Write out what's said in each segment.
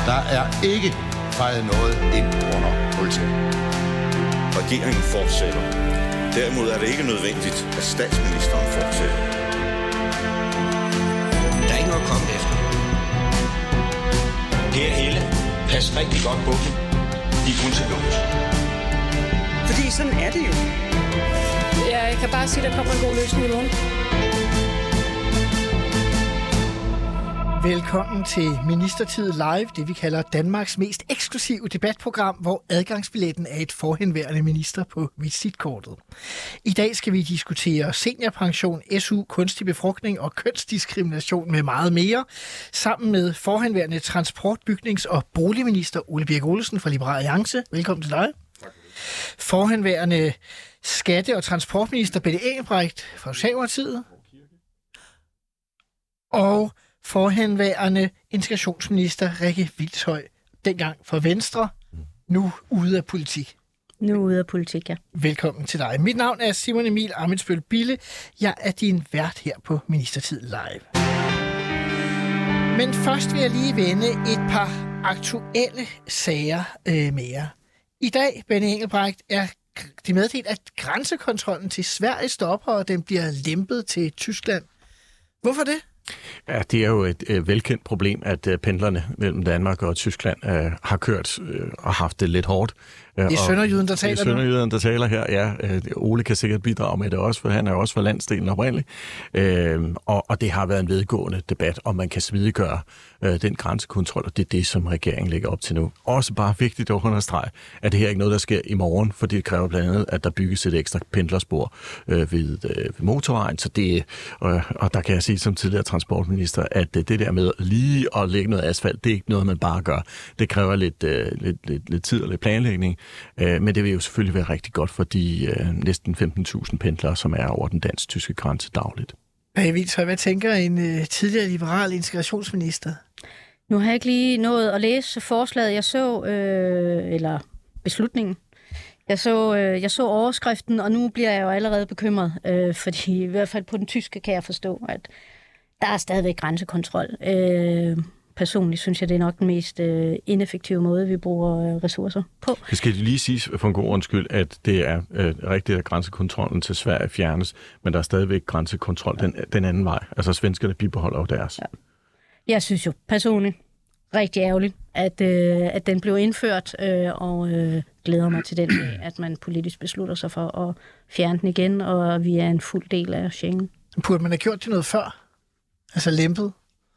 Der er ikke fejret noget ind under politiet. Regeringen fortsætter. Derimod er det ikke nødvendigt, at statsministeren fortsætter. Der er ikke noget at komme efter. Per Helle, pas rigtig godt på dem. De er kun til lås. Fordi sådan er det jo. Jeg kan bare sige, at der kommer en god løsning i morgen. Velkommen til Ministertid Live, det vi kalder Danmarks mest eksklusive debatprogram, hvor adgangsbilletten er et forhenværende minister på visitkortet. I dag skal vi diskutere seniorpension, SU, kunstig befrugtning og kønsdiskrimination med meget mere, sammen med forhenværende transport-, bygnings- og boligminister Ole Birk Olesen fra Liberal Alliance. Velkommen til dig. Tak. Forhenværende skatte- og transportminister Benny Engelbrecht fra Socialdemokratiet. Og forhenværende integrationsminister Rikke Hvilshøj, dengang for Venstre, nu ude af politik. Nu ude af politik, ja. Velkommen til dig. Mit navn er Simon Emil Ammitzbøll Bille. Jeg er din vært her på Ministertid Live. Men først vil jeg lige vende et par aktuelle sager med jer. I dag, Benny Engelbrecht, er det meddelt, at grænsekontrollen til Sverige stopper, og den bliver lempet til Tyskland. Hvorfor det? Ja, det er jo et velkendt problem, at pendlerne mellem Danmark og Tyskland har kørt og haft det lidt hårdt. Det er sønderjyden, der taler nu. Det er sønderjyden, der taler her, ja. Ole kan sikkert bidrage med det også, for han er også fra landsdelen oprindeligt. Og det har været en vedgående debat, om man kan smidiggøre den grænsekontrol, og det er det, som regeringen lægger op til nu. Også bare vigtigt at understrege, at det her er ikke noget, der sker i morgen, for det kræver blandt andet, at der bygges et ekstra pendlerspor ved motorvejen. Så det, og der kan jeg sige som tidligere transportminister, at det der med lige at lægge noget asfalt, det er ikke noget, man bare gør. Det kræver lidt tid og lidt planlægning. Men det vil jo selvfølgelig være rigtig godt for de næsten 15.000 pendlere, som er over den dansk-tyske grænse dagligt. Hvad tænker en tidligere liberal integrationsminister? Nu har jeg ikke lige nået at læse forslaget. Jeg så, eller beslutningen. Jeg så overskriften, og nu bliver jeg jo allerede bekymret, fordi i hvert fald på den tyske kan jeg forstå, at der er stadigvæk grænsekontrol. Personligt synes jeg, det er nok den mest ineffektive måde, vi bruger ressourcer på. Det skal lige sige for en god undskyld, at det er rigtigt, at grænsekontrollen til Sverige fjernes, men der er stadigvæk grænsekontrol den anden vej. Altså svenskerne bibeholder jo deres. Ja. Jeg synes jo personligt rigtig ærgerligt, at den blev indført, og glæder mig til den dag, at man politisk beslutter sig for at fjerne den igen, og vi er en fuld del af Schengen. Burde man have gjort det noget før? Altså lempet?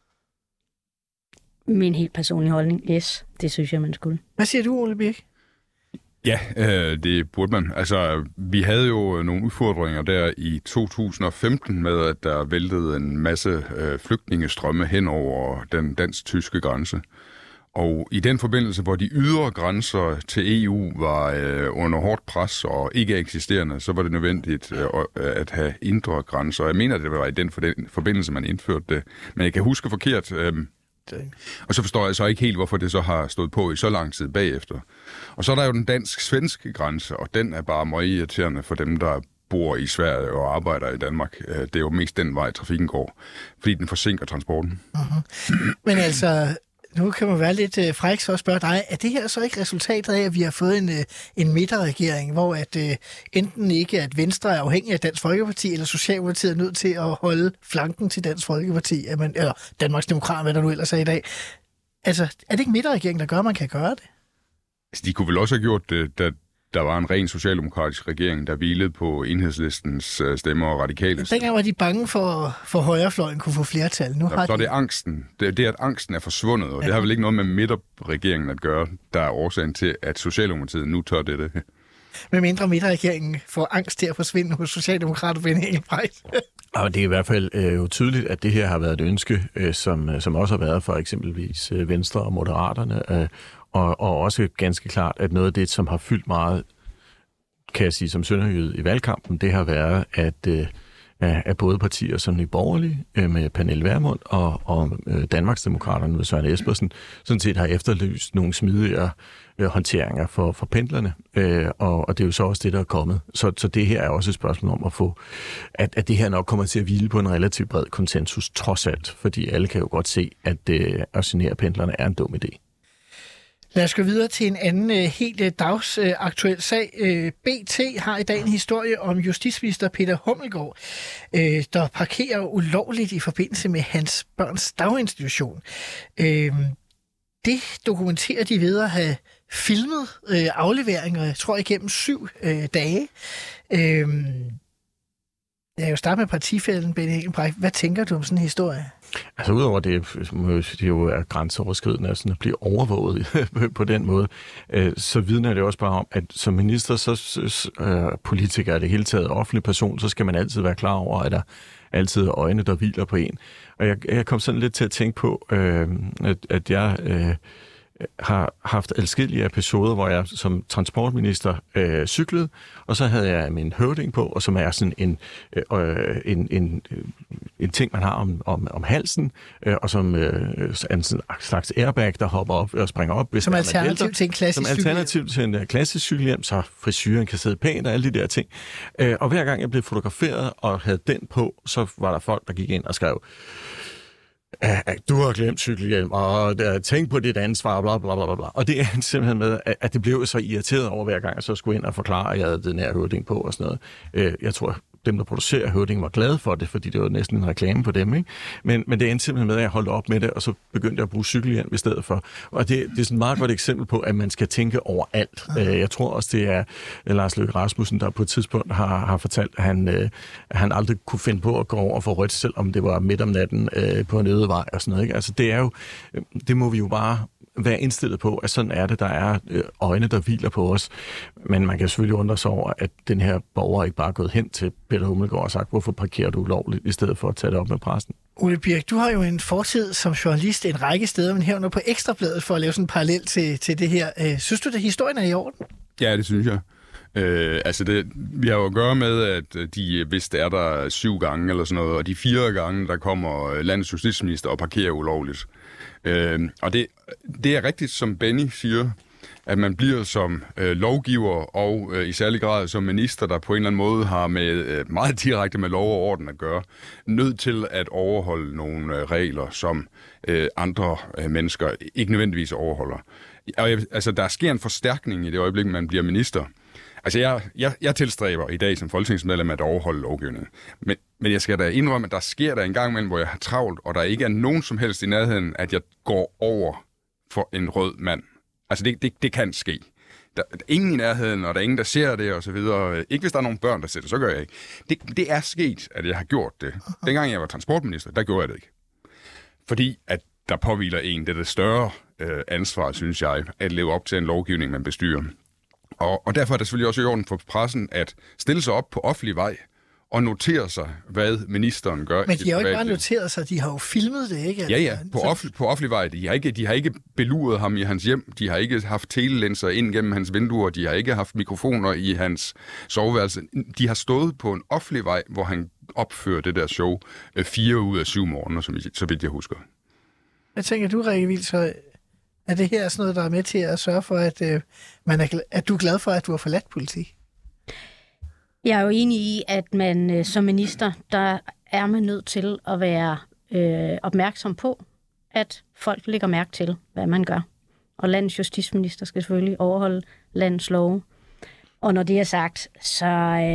Min helt personlige holdning, yes, det synes jeg, man skulle. Hvad siger du, Ole Birk? Ja, det burde man. Altså, vi havde jo nogle udfordringer der i 2015 med, at der væltede en masse flygtningestrømme hen over den dansk-tyske grænse. Og i den forbindelse, hvor de ydre grænser til EU var under hårdt pres og ikke eksisterende, så var det nødvendigt at have indre grænser. Jeg mener, det var i den forbindelse, man indførte det. Men jeg kan huske forkert. Og så forstår jeg så ikke helt, hvorfor det så har stået på i så lang tid bagefter. Og så er der jo den dansk-svenske grænse, og den er bare meget irriterende for dem, der bor i Sverige og arbejder i Danmark. Det er jo mest den vej, trafikken går, fordi den forsinker transporten. Uh-huh. Men altså, nu kan man være lidt fræk så og spørge dig, er det her så ikke resultatet af, at vi har fået en midterregering, hvor at enten ikke at Venstre er afhængig af Dansk Folkeparti, eller Socialdemokratiet er nødt til at holde flanken til Dansk Folkeparti, eller Danmarks Demokrater, hvad der nu ellers er i dag. Altså, er det ikke midterregeringen, der gør, at man kan gøre det? Altså, de kunne vel også have gjort det, da der var en ren socialdemokratisk regering, der hvilede på Enhedslistens stemmer og radikale. Dengang var de bange for højrefløjen kunne få flertal. Nu har så er det angsten. Det er, at angsten er forsvundet, og det har vel ikke noget med midterregeringen at gøre, der er årsagen til, at Socialdemokratiet nu tør det. Med mindre midterregeringen får angst til at forsvinde hos Socialdemokrater og Benny Engelbrecht. Og det er i hvert fald jo tydeligt, at det her har været et ønske, som også har været for eksempelvis Venstre og Moderaterne, og også ganske klart, at noget af det, som har fyldt meget, kan jeg sige, som sønderjyde i valgkampen, det har været, at både partier som Nye Borgerlige med Pernille Vermund og Danmarksdemokraterne med Søren Espersen sådan set har efterlyst nogle smidigere håndteringer for pendlerne, og det er jo så også det, der er kommet. Så det her er også et spørgsmål om at få, at det her nok kommer til at hvile på en relativt bred konsensus, trods alt, fordi alle kan jo godt se, at at genere pendlerne er en dum idé. Lad os gå videre til en anden helt dagsaktuel sag. BT har i dag en historie om justitsminister Peter Hummelgaard, der parkerer ulovligt i forbindelse med hans børns daginstitution. Det dokumenterer de ved at have filmet afleveringer, jeg tror igennem 7 dage. Jeg vil jo starte med partifælden, Benny Engelbrecht. Hvad tænker du om sådan en historie? Altså udover det jo er grænseoverskridende at blive overvåget på den måde, så vidner det også bare om, at som minister, så politiker er det hele taget offentlig person, så skal man altid være klar over, at der altid er øjne, der hviler på en. Og jeg kom sådan lidt til at tænke på, at jeg har haft adskillige episoder, hvor jeg som transportminister cyklede, og så havde jeg min høvding på, og som er sådan en ting, man har om halsen, og som er en slags airbag, der hopper op og springer op. Hvis som alternativ til en klassisk cykelhjem. Som alternativ til en klassisk cykelhjem, så frisyren kan sidde pænt og alle de der ting. Og hver gang jeg blev fotograferet og havde den på, så var der folk, der gik ind og skrev, du har glemt cykelhjelm, og tænk på dit ansvar, bla bla bla bla. Og det er simpelthen med, at det blev så irriteret over hver gang, jeg så skulle ind og forklare, at jeg havde den her høvding på og sådan noget. Jeg tror, dem, der producerer høvdingen, var glade for det, fordi det var næsten en reklame på dem, ikke? Men det endte simpelthen med, at jeg holdt op med det, og så begyndte jeg at bruge cykelhjelm i stedet for. Og det er sådan et meget godt eksempel på, at man skal tænke over alt. Jeg tror også, det er Lars Løkke Rasmussen, der på et tidspunkt har fortalt, at han aldrig kunne finde på at gå over for rødt, selvom det var midt om natten på en øde vej og sådan noget, ikke? Altså det er jo, det må vi jo bare være indstillet på, at sådan er det. Der er øjne, der hviler på os. Men man kan selvfølgelig undre sig over, at den her borger ikke bare er gået hen til Peter Hummelgaard og sagt, hvorfor parkerer du ulovligt, i stedet for at tage det op med pressen. Ole Birk, du har jo en fortid som journalist en række steder, men herunder på Ekstrabladet for at lave sådan en parallel til det her. Synes du, at historien er i orden? Ja, det synes jeg. Vi har jo at gøre med, at hvis det er der 7 gange eller sådan noget, og de 4 gange, der kommer landets justitsminister og parkerer ulovligt. Og det er rigtigt, som Benny siger, at man bliver som lovgiver og i særlig grad som minister, der på en eller anden måde har med meget direkte med lov og orden at gøre, nødt til at overholde nogle regler, som andre mennesker ikke nødvendigvis overholder. Og der sker en forstærkning i det øjeblik, man bliver minister. Altså, jeg tilstræber i dag som folketingsmedlem at overholde lovgivningen. Men jeg skal da indrømme, at der sker der en gang imellem, hvor jeg har travlt, og der ikke er nogen som helst i nærheden, at jeg går over for en rød mand. Altså, det kan ske. Der er ingen i nærheden, og der er ingen, der ser det, og så videre. Ikke hvis der er nogle børn, der ser det, så gør jeg ikke. Det er sket, at jeg har gjort det. Dengang jeg var transportminister, der gjorde jeg det ikke. Fordi at der påhviler det større ansvar, synes jeg, at leve op til en lovgivning, man bestyrer. Og derfor er det selvfølgelig også i orden for pressen at stille sig op på offentlig vej og notere sig, hvad ministeren gør. Men de har jo ikke bare noteret sig, de har jo filmet det, ikke? Ja, på offentlig vej. De har ikke beluret ham i hans hjem, de har ikke haft telelinser ind gennem hans vinduer, de har ikke haft mikrofoner i hans soveværelse. De har stået på en offentlig vej, hvor han opfører det der show 4 ud af 7 morgener, så vidt jeg husker. Hvad tænker du, Rikke Hvilshøj? Er det her sådan noget, der er med til at sørge for, at du er glad for, at du har forladt politik? Jeg er jo enig i, at man som minister, der er man nødt til at være opmærksom på, at folk lægger mærke til, hvad man gør. Og landets justitsminister skal selvfølgelig overholde landets love. Og når det er sagt, så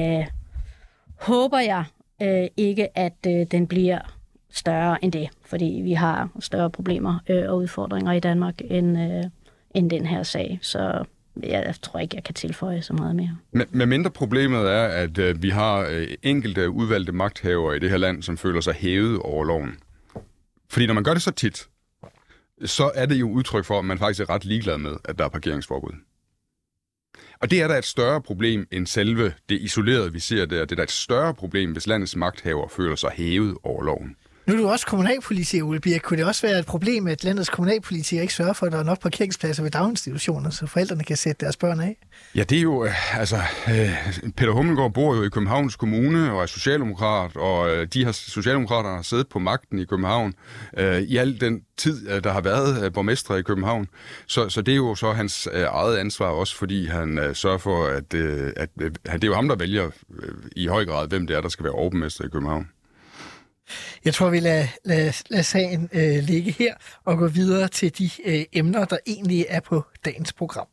håber jeg ikke, at den bliver større end det, fordi vi har større problemer og udfordringer i Danmark end den her sag. Så jeg tror ikke, jeg kan tilføje så meget mere. Men mindre problemet er, at vi har enkelte udvalgte magthavere i det her land, som føler sig hævet over loven. Fordi når man gør det så tit, så er det jo udtryk for, at man faktisk er ret ligeglad med, at der er parkeringsforbud. Og det er da et større problem end selve det isolerede, vi ser der. Det er da et større problem, hvis landets magthavere føler sig hævet over loven. Nu er du også kommunalpolitiker, Ole Birk. Kunne det også være et problem, at landets kommunalpolitikere ikke sørger for, at der er nok parkeringspladser ved daginstitutioner, så forældrene kan sætte deres børn af? Ja, det er jo, Peter Hummelgaard bor jo i Københavns Kommune og er socialdemokrat, og socialdemokraterne har siddet på magten i København i al den tid, der har været borgmestre i København. Så det er jo så hans eget ansvar også, fordi han sørger for, at det er jo ham, der vælger i høj grad, hvem det er, der skal være overborgmester i København. Jeg tror, vi lader sagen ligge her og gå videre til de emner, der egentlig er på dagens program.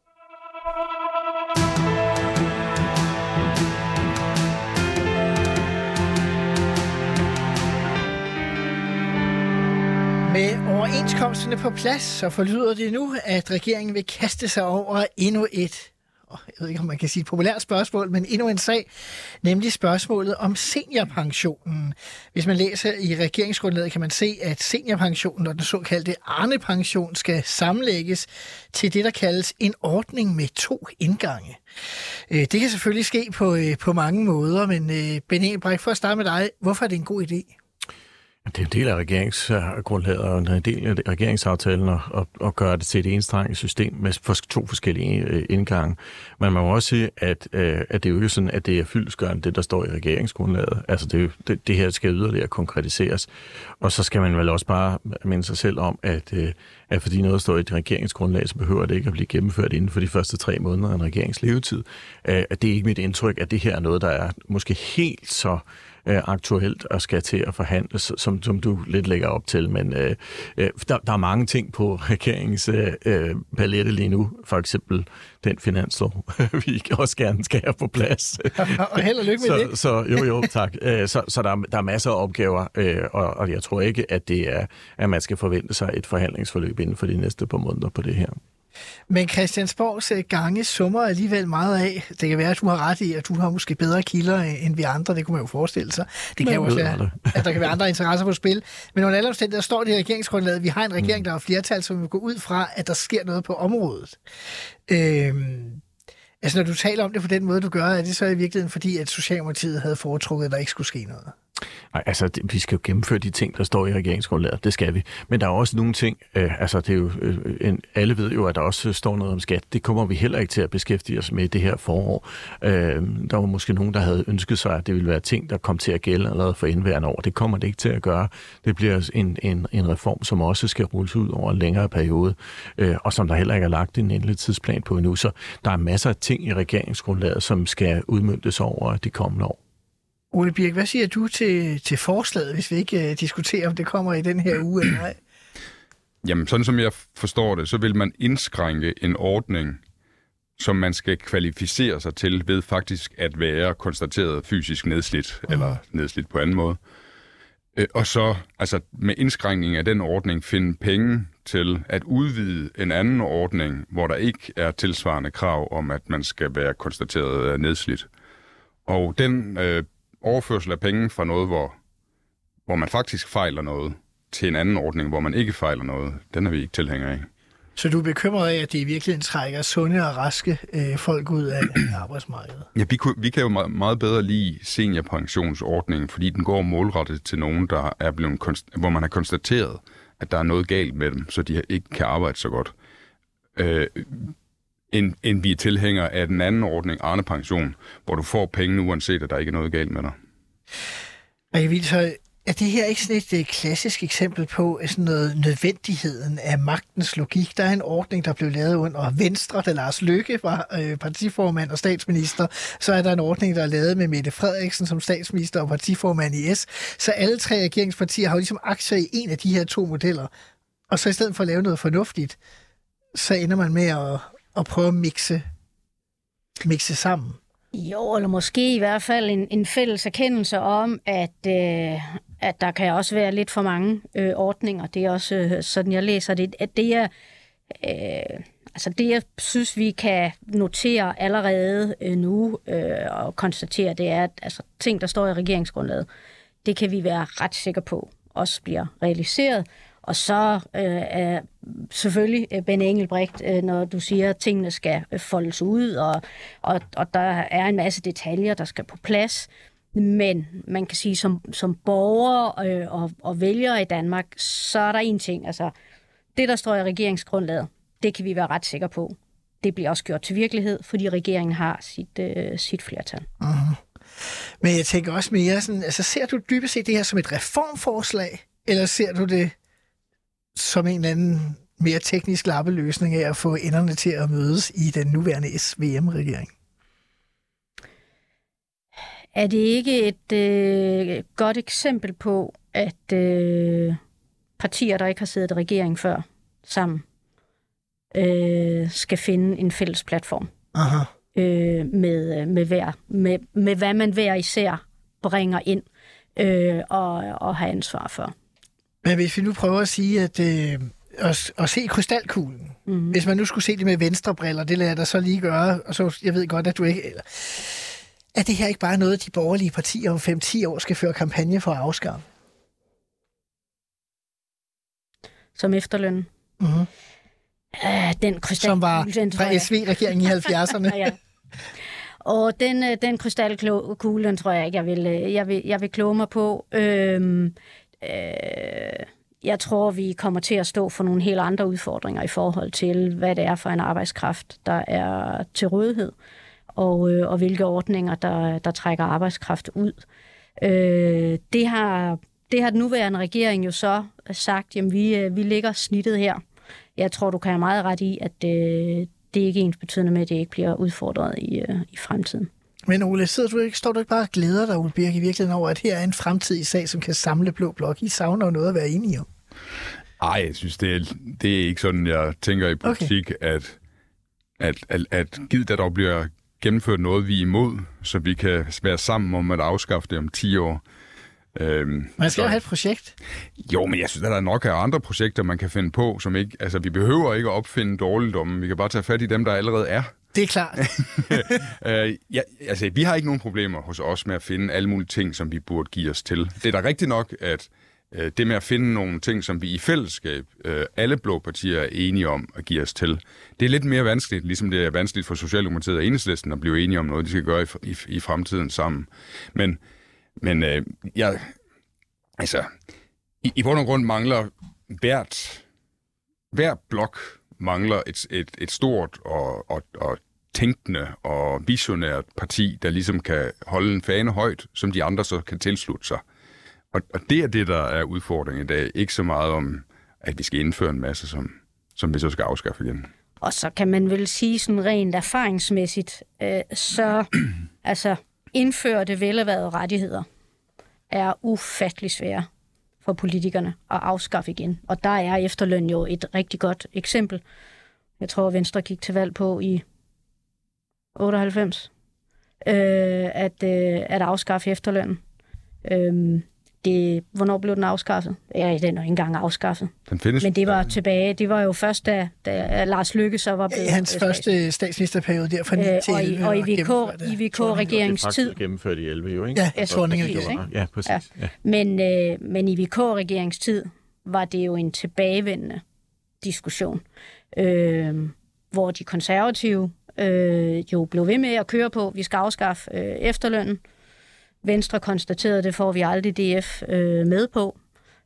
Med overenskomsterne på plads, så forlyder det nu, at regeringen vil kaste sig over endnu et, jeg ved ikke, om man kan sige et populært spørgsmål, men endnu en sag, nemlig spørgsmålet om seniorpensionen. Hvis man læser i regeringsgrundlaget, kan man se, at seniorpensionen og den såkaldte Arne-pension skal sammenlægges til det, der kaldes en ordning med 2 indgange. Det kan selvfølgelig ske på mange måder, men Ben Engelbrecht, for at starte med dig, hvorfor er det en god idé? Det er en del af regeringsgrundlaget og en del af regeringsaftalen at gøre det til et enstrenget system med 2 forskellige indgange. Men man må også sige, at det er jo ikke sådan, at det er fyldestgørende, det der står i regeringsgrundlaget. Altså det her skal yderligere konkretiseres. Og så skal man vel også bare minde sig selv om, at fordi noget står i et regeringsgrundlag, så behøver det ikke at blive gennemført inden for de første 3 måneder af en regerings levetid. At det er ikke mit indtryk, at det her er noget, der er måske helt så aktuelt og skal til at forhandles, som du lidt lægger op til. Men der er mange ting på regeringens palette lige nu. For eksempel den finanslov, vi også gerne skal have på plads. Og held og lykke med det. Så jo, tak. Så der er masser af opgaver, og jeg tror ikke, at det er, at man skal forvente sig et forhandlingsforløb inden for de næste par måneder på det her. Men Christiansborgs gange summer alligevel meget af. Det kan være, at du har ret i, at du har måske bedre kilder end vi andre. Det kunne man jo forestille sig. Det kan jo også være, at der kan være andre interesser på spil. Men under alle omstændigheder står det i regeringsgrundlaget, at vi har en regering, der har flertal, som vil gå ud fra, at der sker noget på området. Altså, når du taler om det på den måde, du gør, er det så i virkeligheden fordi, at Socialdemokratiet havde foretrukket, at der ikke skulle ske noget? Nej, altså, vi skal jo gennemføre de ting, der står i regeringsgrundlaget. Det skal vi. Men der er også nogle ting, det er jo, alle ved jo, at der også står noget om skat. Det kommer vi heller ikke til at beskæftige os med det her forår. Der var måske nogen, der havde ønsket sig, at det ville være ting, der kom til at gælde allerede for indværende år. Det kommer det ikke til at gøre. Det bliver en reform, som også skal rulles ud over en længere periode, og som der heller ikke er lagt en endelig tidsplan på endnu. Så der er masser af ting i regeringsgrundlaget, som skal udmøntes over de kommende år. Ole Birk, hvad siger du til forslaget, hvis vi ikke diskuterer, om det kommer i den her uge eller ej? Jamen, sådan som jeg forstår det, så vil man indskrænke en ordning, som man skal kvalificere sig til ved faktisk at være konstateret fysisk nedslidt, eller nedslidt på anden måde. Og så altså med indskrænkning af den ordning finde penge til at udvide en anden ordning, hvor der ikke er tilsvarende krav om, at man skal være konstateret nedslidt. Og den overførsel af penge fra noget, hvor man faktisk fejler noget, til en anden ordning, hvor man ikke fejler noget, den er vi ikke tilhængere af. Så du er bekymret af, at det i virkeligheden trækker sunde og raske folk ud af arbejdsmarkedet? Ja, vi kan jo meget bedre lide seniorpensionsordningen, fordi den går målrettet til nogen, der er blevet hvor man har konstateret, at der er noget galt med dem, så de ikke kan arbejde så godt. End vi er tilhængere af den anden ordning, Arne-pension, hvor du får penge uanset, at der ikke er noget galt med dig. Er det her ikke sådan et klassisk eksempel på sådan noget nødvendigheden af magtens logik? Der er en ordning, der blev lavet under Venstre, da Lars Løkke var partiformand og statsminister. Så er der en ordning, der er lavet med Mette Frederiksen som statsminister og partiformand i S. Så alle 3 regeringspartier har jo ligesom aktier i en af de her 2 modeller. Og så i stedet for at lave noget fornuftigt, så ender man med at prøve at mixe sammen. Jo, eller måske i hvert fald en fælles erkendelse om, at der kan også være lidt for mange ordninger. Det er også sådan, jeg læser det. At det er, det jeg synes, vi kan notere allerede nu og konstatere, det er, at ting, der står i regeringsgrundlaget, det kan vi være ret sikre på, også bliver realiseret. Og så selvfølgelig, Ben Engelbrecht, når du siger, at tingene skal foldes ud, og der er en masse detaljer, der skal på plads. Men man kan sige, som borgere og vælgere i Danmark, så er der en ting. Altså, det, der står i regeringsgrundlaget, det kan vi være ret sikre på. Det bliver også gjort til virkelighed, fordi regeringen har sit flertal. Uh-huh. Men jeg tænker også mere sådan, altså ser du dybest set det her som et reformforslag, eller ser du det som en eller anden mere teknisk lappeløsning af at få enderne til at mødes i den nuværende SVM-regering? Er det ikke et godt eksempel på, at partier, der ikke har siddet i regering før, sammen skal finde en fælles platform? Aha. Med hvad man hver især bringer ind og har ansvar for. Men hvis vi nu prøver at sige, at se krystalkuglen. Mm-hmm. Hvis man nu skulle se det med venstre briller, det lader jeg da så lige gøre, og så jeg ved godt, at du ikke... Er det her ikke bare noget, de borgerlige partier om 5-10 år skal føre kampagne for at afskaffe? Som efterløn. Mm-hmm. Den krystalkugle, som var fra SV-regeringen i 70'erne. Ja. Og den krystalkugle, den tror jeg ikke, jeg vil kloge mig på. Jeg tror, vi kommer til at stå for nogle helt andre udfordringer i forhold til, hvad det er for en arbejdskraft, der er til rådighed, og hvilke ordninger, der trækker arbejdskraft ud. Det har den nuværende regering jo så sagt, jamen vi ligger snittet her. Jeg tror, du kan have meget ret i, at det ikke er ens betydende med, at det ikke bliver udfordret i fremtiden. Men Ole, står du ikke bare og glæder dig, Ole Birk, i virkeligheden over, at her er en fremtidig sag, som kan samle Blå Blok? I savner jo noget at være enige om. Ej, jeg synes, det er ikke sådan, jeg tænker i politik, okay. at givet, at der bliver gennemført noget, vi er imod, så vi kan være sammen om at afskaffe det om 10 år. Man skal jo have et projekt. Jo, men jeg synes, at der nok er andre projekter, man kan finde på, som ikke... Altså, vi behøver ikke at opfinde dårligdomme. Vi kan bare tage fat i dem, der allerede er. Det er klart. Vi har ikke nogen problemer hos os med at finde alle mulige ting, som vi burde give os til. Det er da rigtigt nok, at det med at finde nogle ting, som vi i fællesskab, alle blå partier er enige om at give os til, det er lidt mere vanskeligt, ligesom det er vanskeligt for Socialdemokratiet og Enhedslisten at blive enige om noget, de skal gøre i fremtiden sammen. Men i bund og grund mangler hver blok mangler et stort og tænkende og visionært parti, der ligesom kan holde en fane højt, som de andre så kan tilslutte sig. Og det er det, der er udfordringen i dag. Ikke så meget om, at vi skal indføre en masse, som vi så skal afskaffe igen. Og så kan man vel sige sådan rent erfaringsmæssigt, så indførte velerhvervede rettigheder er ufattelig svære for politikerne at afskaffe igen. Og der er efterløn jo et rigtig godt eksempel. Jeg tror, Venstre gik til valg på i 98, at afskaffe efterlønnen. Hvornår blev den afskaffet? Ja, den er ikke engang afskaffet. Den findes. Men det var tilbage. Det var jo først, da Lars Løkke så var blevet... Hans første statsministerperiode der fra 9 til 11. Og i VK-regeringens tid... Det er gennemført i 11 jo, ikke? Ja, Thorning. Ja, præcis. Ja. Men i VK-regeringens tid var det jo en tilbagevendende diskussion, hvor de konservative jo blev ved med at køre på, vi skal afskaffe efterlønnen. Venstre konstaterede, det får vi aldrig DF med på.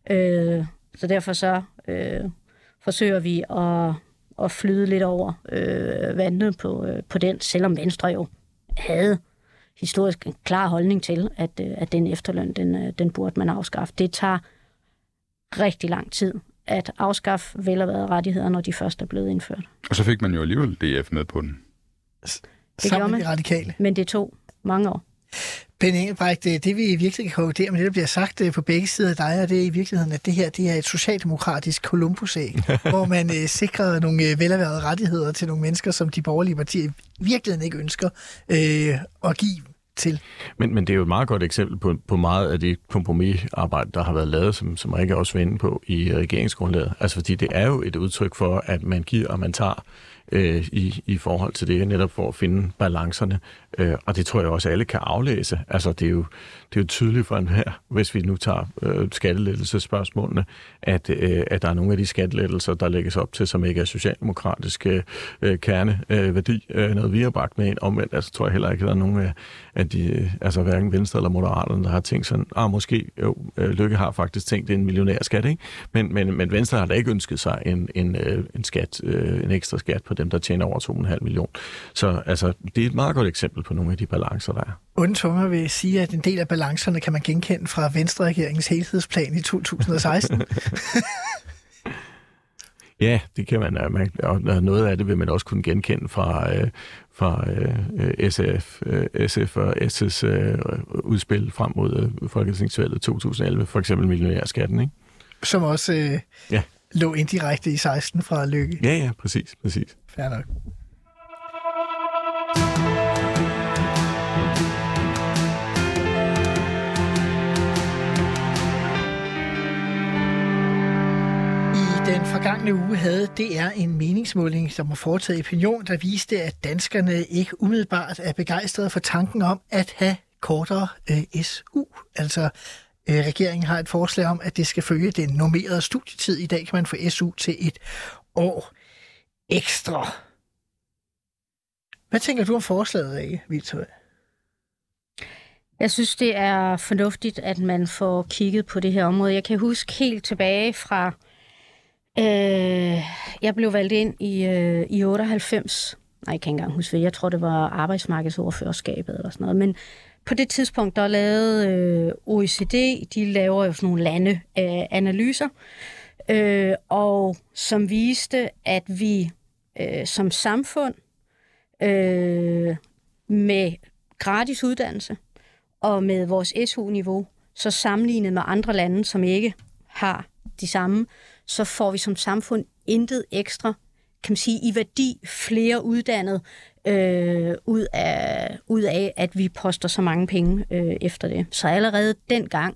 Så derfor så forsøger vi at flyde lidt over vandet på den, selvom Venstre jo havde historisk en klar holdning til, at den efterløn, den burde man afskaffe. Det tager rigtig lang tid at afskaffe velerhvervede rettigheder, når de først er blevet indført. Og så fik man jo alligevel DF med på den. Det gjorde man, de radikale. Men det tog mange år. Ben Engelbrecht, det vi virkelig kan konkludere med det, der bliver sagt på begge sider af dig, og det er i virkeligheden, at det her det er et socialdemokratisk Columbus-æg, hvor man sikrer nogle velerhvervede rettigheder til nogle mennesker, som de borgerlige partier i virkeligheden ikke ønsker at give til. Men det er jo et meget godt eksempel på meget af det kompromisarbejde, der har været lavet, som Rikke også var inde på i regeringsgrundlaget. Altså fordi det er jo et udtryk for, at man giver og man tager i forhold til det, netop for at finde balancerne. Og det tror jeg også, alle kan aflæse. Altså det er jo tydeligt for enhver, hvis vi nu tager skattelettelsespørgsmålene, at der er nogle af de skattelettelser, der lægges op til, som ikke er socialdemokratisk kerneværdi, noget vi har bragt med ind. Omvendt, altså tror jeg heller ikke, at der er nogen af de, altså hverken Venstre eller Moderaterne, der har tænkt sådan, måske, jo, Løkke har faktisk tænkt, det er en millionærskat, ikke? Men Venstre har da ikke ønsket sig en skat, en ekstra skat på dem, der tjener over 2,5 millioner. Så altså, det er et meget godt eksempel på nogle af de balancer, der er. Onde tunger vil sige, at en del af balancerne kan man genkende fra Venstre-regeringens helhedsplan i 2016. Ja, det kan man, og noget af det vil man også kunne genkende fra SF og S's udspil frem mod Folketingsvalget 2011, for eksempel millionærskatten, ikke? Som også lå indirekte i 16 fra Løkke. Ja, præcis. Fair nok. Den forgangne uge havde DR en meningsmåling, som var foretaget i Opinion, der viste, at danskerne ikke umiddelbart er begejstrede for tanken om at have kortere SU. Altså, regeringen har et forslag om, at det skal følge den normerede studietid. I dag kan man få SU til 1 år ekstra. Hvad tænker du om forslaget af, Victoria? Jeg synes, det er fornuftigt, at man får kigget på det her område. Jeg kan huske helt tilbage fra... jeg blev valgt ind i 98. Nej, jeg kan ikke engang huske, jeg tror, det var arbejdsmarkedsordførerskabet eller sådan noget. Men på det tidspunkt, der lavede OECD, de laver jo sådan nogle landeanalyser, og som viste, at vi som samfund med gratis uddannelse og med vores SU-niveau, så sammenlignet med andre lande, som ikke har de samme, så får vi som samfund intet ekstra, kan man sige, i værdi flere uddannet ud af, at vi poster så mange penge efter det. Så allerede dengang,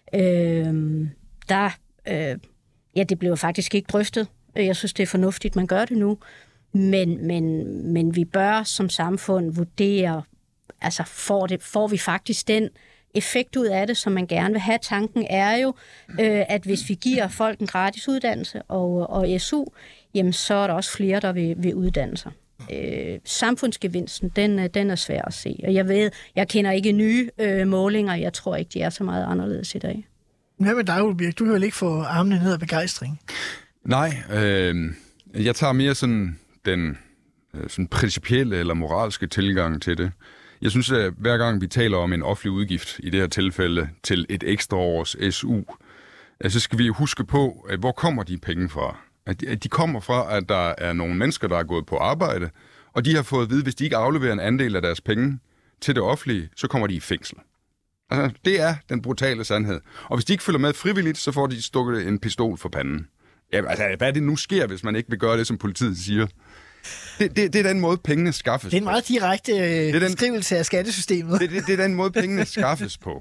det blev faktisk ikke drøftet. Jeg synes, det er fornuftigt, man gør det nu. Men vi bør som samfund vurdere, altså får vi faktisk den effekt ud af det, som man gerne vil have. Tanken er jo, at hvis vi giver folk en gratis uddannelse og SU, jamen så er der også flere, der vil uddanne sig. Samfundsgevinsten, den er svær at se. Og jeg kender ikke nye målinger. Jeg tror ikke, de er så meget anderledes i dag. Hvad med dig, Ulbjerg? Du vil vel ikke få armene ned af begejstring? Nej, jeg tager mere sådan den sådan principielle eller moralske tilgang til det. Jeg synes, at hver gang vi taler om en offentlig udgift, i det her tilfælde til et ekstra års SU, så skal vi huske på, at hvor kommer de penge fra? At de kommer fra, at der er nogle mennesker, der er gået på arbejde, og de har fået at vide, at hvis de ikke afleverer en andel af deres penge til det offentlige, så kommer de i fængsel. Altså, det er den brutale sandhed. Og hvis de ikke følger med frivilligt, så får de stukket en pistol for panden. Ja, altså, hvad er det nu sker, hvis man ikke vil gøre det, som politiet siger? Det er den måde, pengene skaffes på. Det er en meget direkte beskrivelse af skattesystemet. Det er den måde, pengene skaffes på.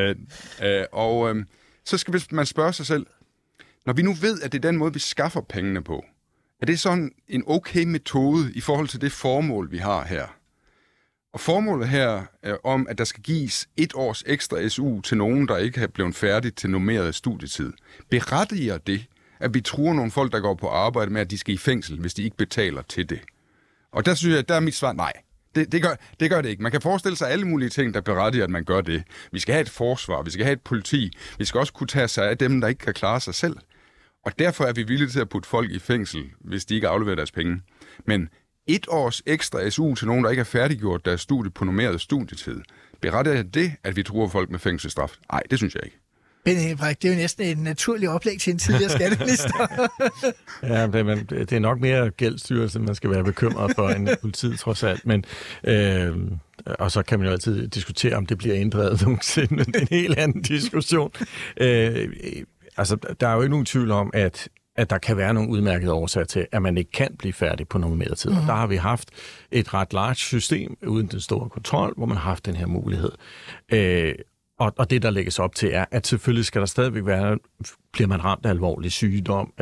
Så skal man spørge sig selv, når vi nu ved, at det er den måde, vi skaffer pengene på, er det sådan en okay metode i forhold til det formål, vi har her? Og formålet her er om, at der skal gives 1 års ekstra SU til nogen, der ikke er blevet færdig til normeret studietid. Berettiger det, at vi truer nogle folk, der går på arbejde med, at de skal i fængsel, hvis de ikke betaler til det? Og der synes jeg, der er mit svar nej. Det gør det ikke. Man kan forestille sig alle mulige ting, der berettiger, at man gør det. Vi skal have et forsvar, vi skal have et politi, vi skal også kunne tage sig af dem, der ikke kan klare sig selv. Og derfor er vi villige til at putte folk i fængsel, hvis de ikke afleverer deres penge. Men 1 års ekstra SU til nogen, der ikke har færdiggjort deres studie på normeret studietid, berettiger det, at vi truer folk med fængselsstraf? Nej, det synes jeg ikke. Benny Engelbrecht, det er jo næsten et naturligt oplæg til en tidligere skatteminister. Ja, det er nok mere gældsstyrelse, man skal være bekymret for end politiet trods alt. Men, og så kan man jo altid diskutere, om det bliver inddrevet nogensinde. Det er en helt anden diskussion. Altså, der er jo ikke nogen tvivl om, at der kan være nogle udmærkede årsager til, at man ikke kan blive færdig på normeret tid. Og der har vi haft et ret large system uden den store kontrol, hvor man har haft den her mulighed. Og det, der lægges op til, er, at selvfølgelig skal der stadigvæk være, bliver man ramt af alvorlig sygdom,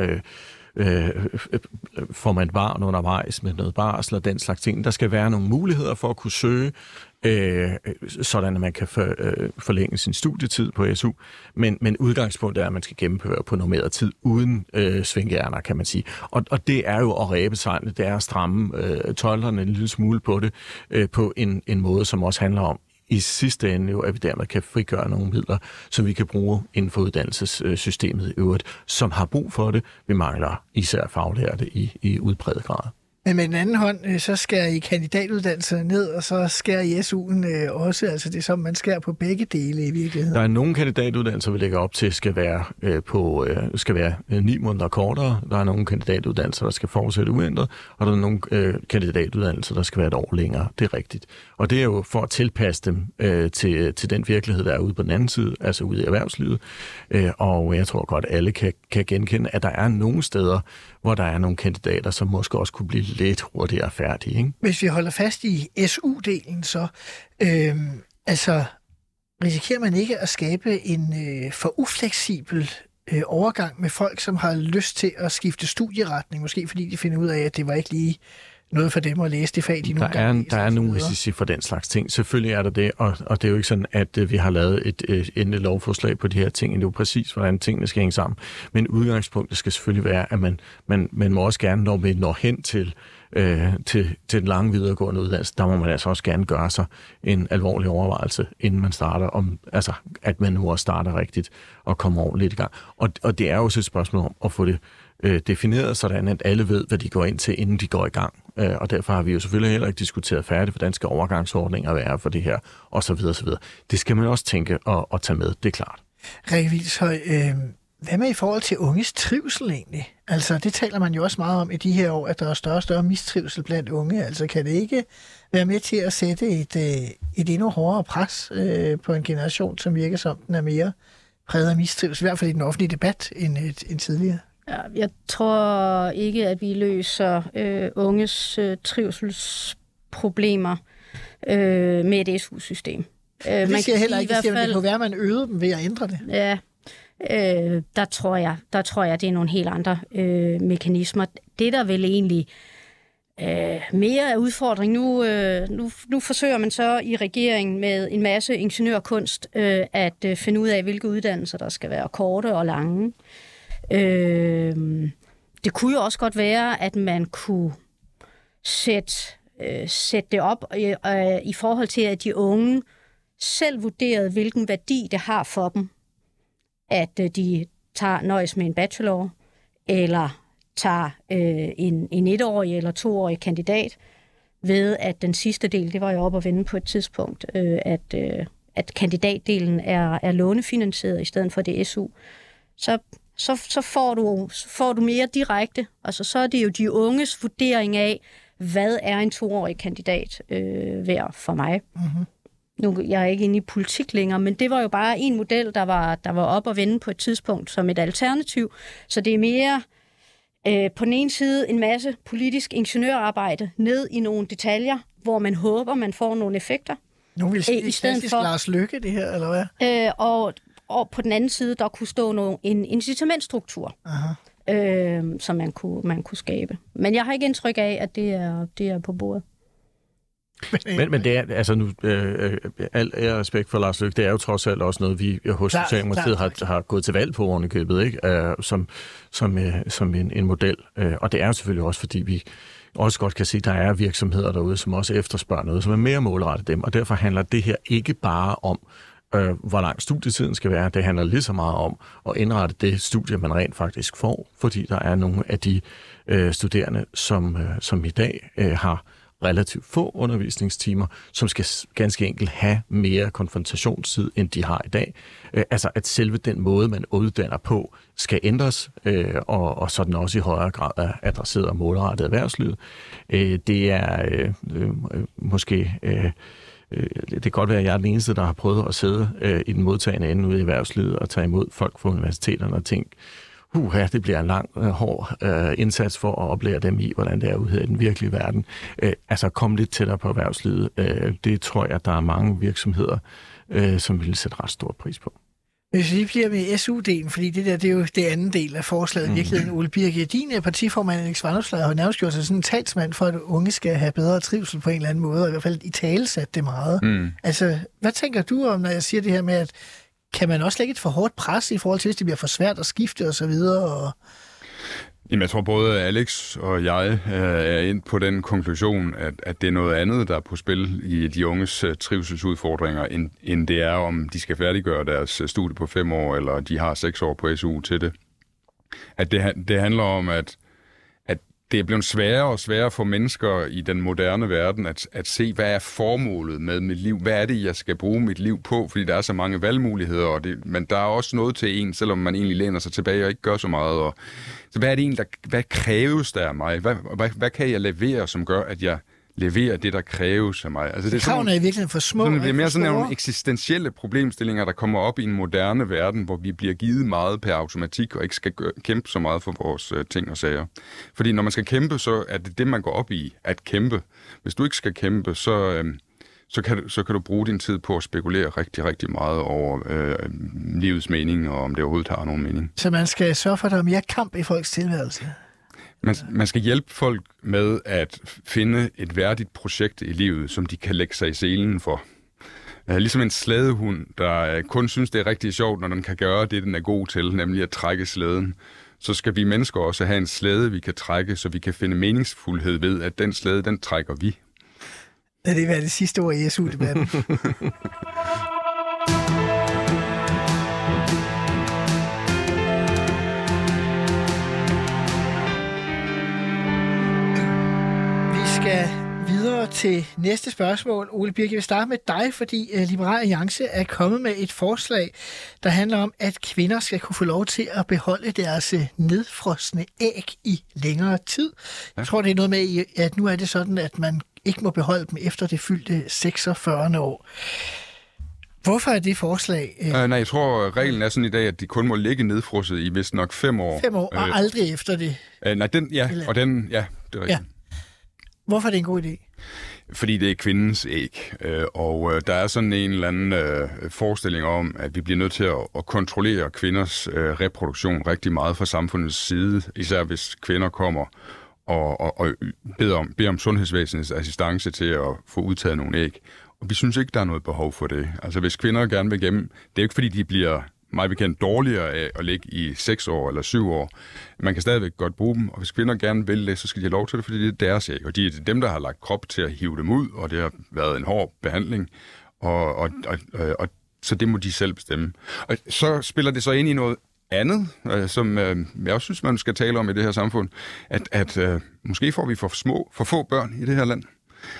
får man et barn undervejs med noget barsel og den slags ting. Der skal være nogle muligheder for at kunne søge, sådan at man kan forlænge sin studietid på SU. Men udgangspunktet er, at man skal gennemføre på normeret tid uden svinghjerner, kan man sige. Og det er jo at ræbe sejlene, det er at stramme tøjlerne en lille smule på det, på en måde, som også handler om, i sidste ende jo, at vi dermed kan frigøre nogle midler, som vi kan bruge inden for uddannelsessystemet i øvrigt, som har brug for det. Vi mangler især faglærte i udpræget grad. Men med den anden hånd, så skærer I kandidatuddannelserne ned, og så skærer I SU'en også. Altså det er som, man skærer på begge dele i virkeligheden. Der er nogle kandidatuddannelser, vi lægger op til, skal være 9 måneder kortere. Der er nogle kandidatuddannelser, der skal fortsætte uændret, og der er nogle kandidatuddannelser, der skal være et år længere. Det er rigtigt. Og det er jo for at tilpasse dem til den virkelighed, der er ude på den anden side, altså ude i erhvervslivet. Og jeg tror godt, alle kan genkende, at der er nogle steder, hvor der er nogle kandidater, som måske også kunne blive lidt hurtigere færdige. Ikke? Hvis vi holder fast i SU-delen, så risikerer man ikke at skabe en for ufleksibel overgang med folk, som har lyst til at skifte studieretning, måske fordi de finder ud af, at det var ikke lige noget for dem at læse det fag, de nogle gange læser. Der er nogle risici for den slags ting. Selvfølgelig er der det, og det er jo ikke sådan, at vi har lavet et endeligt lovforslag på de her ting. Det er jo præcis, hvordan tingene skal hænge sammen. Men udgangspunktet skal selvfølgelig være, at man må også gerne, når vi når hen til den lange videregående uddannelse, der må man altså også gerne gøre sig en alvorlig overvejelse, inden man starter, at man nu også starter rigtigt og kommer ordentligt i gang. Og det er jo også et spørgsmål om at få det defineret, sådan at alle ved, hvad de går ind til, inden de går i gang. Og derfor har vi jo selvfølgelig heller ikke diskuteret færdigt, hvordan skal overgangsordninger være for det her, og så videre, så videre. Det skal man også tænke og tage med, det er klart. Rikke Hvilshøj, hvad med i forhold til unges trivsel egentlig? Altså, det taler man jo også meget om i de her år, at der er større og større mistrivsel blandt unge. Altså, kan det ikke være med til at sætte et endnu hårdere pres på en generation, som virker som den er mere præget af mistrivsel, i hvert fald i den offentlige debat, end tidligere? Ja, jeg tror ikke, at vi løser unges trivselsproblemer med et SU-system. Det siger heller ikke, at det kunne være, at man øgede dem ved at ændre det. Ja, der tror jeg, det er nogle helt andre mekanismer. Det der vel egentlig mere af udfordring. Nu forsøger man så i regeringen med en masse ingeniørkunst at finde ud af, hvilke uddannelser der skal være korte og lange. Det kunne jo også godt være, at man kunne sætte det op i forhold til, at de unge selv vurderede, hvilken værdi det har for dem, at de nøjes med en bachelor, eller tager en 1-årig eller 2-årig kandidat, ved at den sidste del, det var jo op at vende på et tidspunkt, at kandidatdelen er lånefinansieret i stedet for det SU. Så får du mere direkte. Altså, så er det jo de unges vurdering af, hvad er en 2-årig kandidat værd for mig. Mm-hmm. Nu jeg er ikke inde i politik længere, men det var jo bare en model, der var op at vende på et tidspunkt som et alternativ. Så det er mere på den ene side en masse politisk ingeniørarbejde ned i nogle detaljer, hvor man håber, man får nogle effekter. Nu vil sige, i stedet for Lars Løkke, det her, eller hvad? Og på den anden side, der kunne stå en incitamentstruktur, som man kunne skabe. Men jeg har ikke indtryk af, at det er på bordet. Men det er, altså nu, al respekt for Lars Løkke, det er jo trods alt også noget, vi hos Socialdemokratiet har gået til valg på ovenikøbet, ikke? Som en model. Og det er jo selvfølgelig også, fordi vi også godt kan se, at der er virksomheder derude, som også efterspørger noget, som er mere målrettet dem. Og derfor handler det her ikke bare om, hvor lang studietiden skal være. Det handler lige så meget om at indrette det studie, man rent faktisk får, fordi der er nogle af de studerende, som i dag har relativt få undervisningstimer, som skal ganske enkelt have mere konfrontationstid, end de har i dag. Altså at selve den måde, man uddanner på, skal ændres, og så den også i højere grad er adresseret og målrettet erhvervslivet. Det er måske... Det kan godt være, at jeg er den eneste, der har prøvet at sidde i den modtagende ende ude i erhvervslivet og tage imod folk fra universiteterne og tænke, det bliver en lang, hård indsats for at oplære dem i, hvordan det er ude i den virkelige verden. Altså komme lidt tættere på erhvervslivet. Det tror jeg, der er mange virksomheder, som vil sætte ret stor pris på. Hvis vi bliver med SU-delen, fordi det er jo det anden del af forslaget i virkeligheden. Ole Birk, din partiformand Alex Vanopslagh har nærmest gjort sig sådan en talsmand for, at unge skal have bedre trivsel på en eller anden måde, og i hvert fald i talesat det meget. Altså, hvad tænker du om, når jeg siger det her med, at kan man også lægge et for hårdt pres i forhold til, hvis det bliver for svært at skifte og så videre? Jamen, jeg tror både Alex og jeg er ind på den konklusion, at det er noget andet, der er på spil i de unges trivselsudfordringer, end det er, om de skal færdiggøre deres studie på 5 år, eller de har 6 år på SU til det. At det handler om, at det er blevet sværere og sværere for mennesker i den moderne verden at se, hvad er formålet med mit liv? Hvad er det, jeg skal bruge mit liv på? Fordi der er så mange valgmuligheder, men der er også noget til en, selvom man egentlig læner sig tilbage og ikke gør så meget. Så hvad er det egentlig, hvad kræves der af mig? Hvad kan jeg levere, som gør, at jeg leverer det, der kræves af mig? Altså, kravene er i virkeligheden for små. Det er mere sådan nogle eksistentielle problemstillinger, der kommer op i en moderne verden, hvor vi bliver givet meget per automatik, og ikke skal kæmpe så meget for vores ting og sager. Fordi når man skal kæmpe, så er det, man går op i, at kæmpe. Hvis du ikke skal kæmpe, så kan du bruge din tid på at spekulere rigtig, rigtig meget over livets mening, og om det overhovedet har nogen mening. Så man skal sørge for, at der er mere kamp i folks tilværelse? Man skal hjælpe folk med at finde et værdigt projekt i livet, som de kan lægge sig i selen for. Ligesom en slædehund, der kun synes, det er rigtig sjovt, når den kan gøre det, den er god til, nemlig at trække slæden. Så skal vi mennesker også have en slæde, vi kan trække, så vi kan finde meningsfuldhed ved, at den slæde, den trækker vi. Lad det være det sidste ord i SU-debatten. Skal videre til næste spørgsmål. Ole Birk, jeg vil starte med dig, fordi Liberal Alliance er kommet med et forslag, der handler om, at kvinder skal kunne få lov til at beholde deres nedfrosne æg i længere tid. Jeg tror, det er noget med, at nu er det sådan, at man ikke må beholde dem efter det fyldte 46. år. Hvorfor er det forslag? Nej, jeg tror, reglen er sådan i dag, at de kun må ligge nedfrosset i vist nok 5 år. 5 år, og aldrig efter det? Nej, det er rigtigt. Ja. Hvorfor er det en god idé? Fordi det er kvindens æg, og der er sådan en eller anden forestilling om, at vi bliver nødt til at kontrollere kvinders reproduktion rigtig meget fra samfundets side, især hvis kvinder kommer og beder om sundhedsvæsenets assistance til at få udtaget nogle æg. Og vi synes ikke, der er noget behov for det. Altså hvis kvinder gerne vil gemme, det er ikke fordi, de bliver meget bekendt dårligere af at ligge i 6 år eller 7 år. Man kan stadigvæk godt bruge dem, og hvis kvinder gerne vil det, så skal de have lov til det, fordi det er deres æg. Og de er dem, der har lagt krop til at hive dem ud, og det har været en hård behandling. Og så det må de selv bestemme. Og så spiller det så ind i noget andet, som jeg også synes, man skal tale om i det her samfund, at måske får vi for få børn i det her land.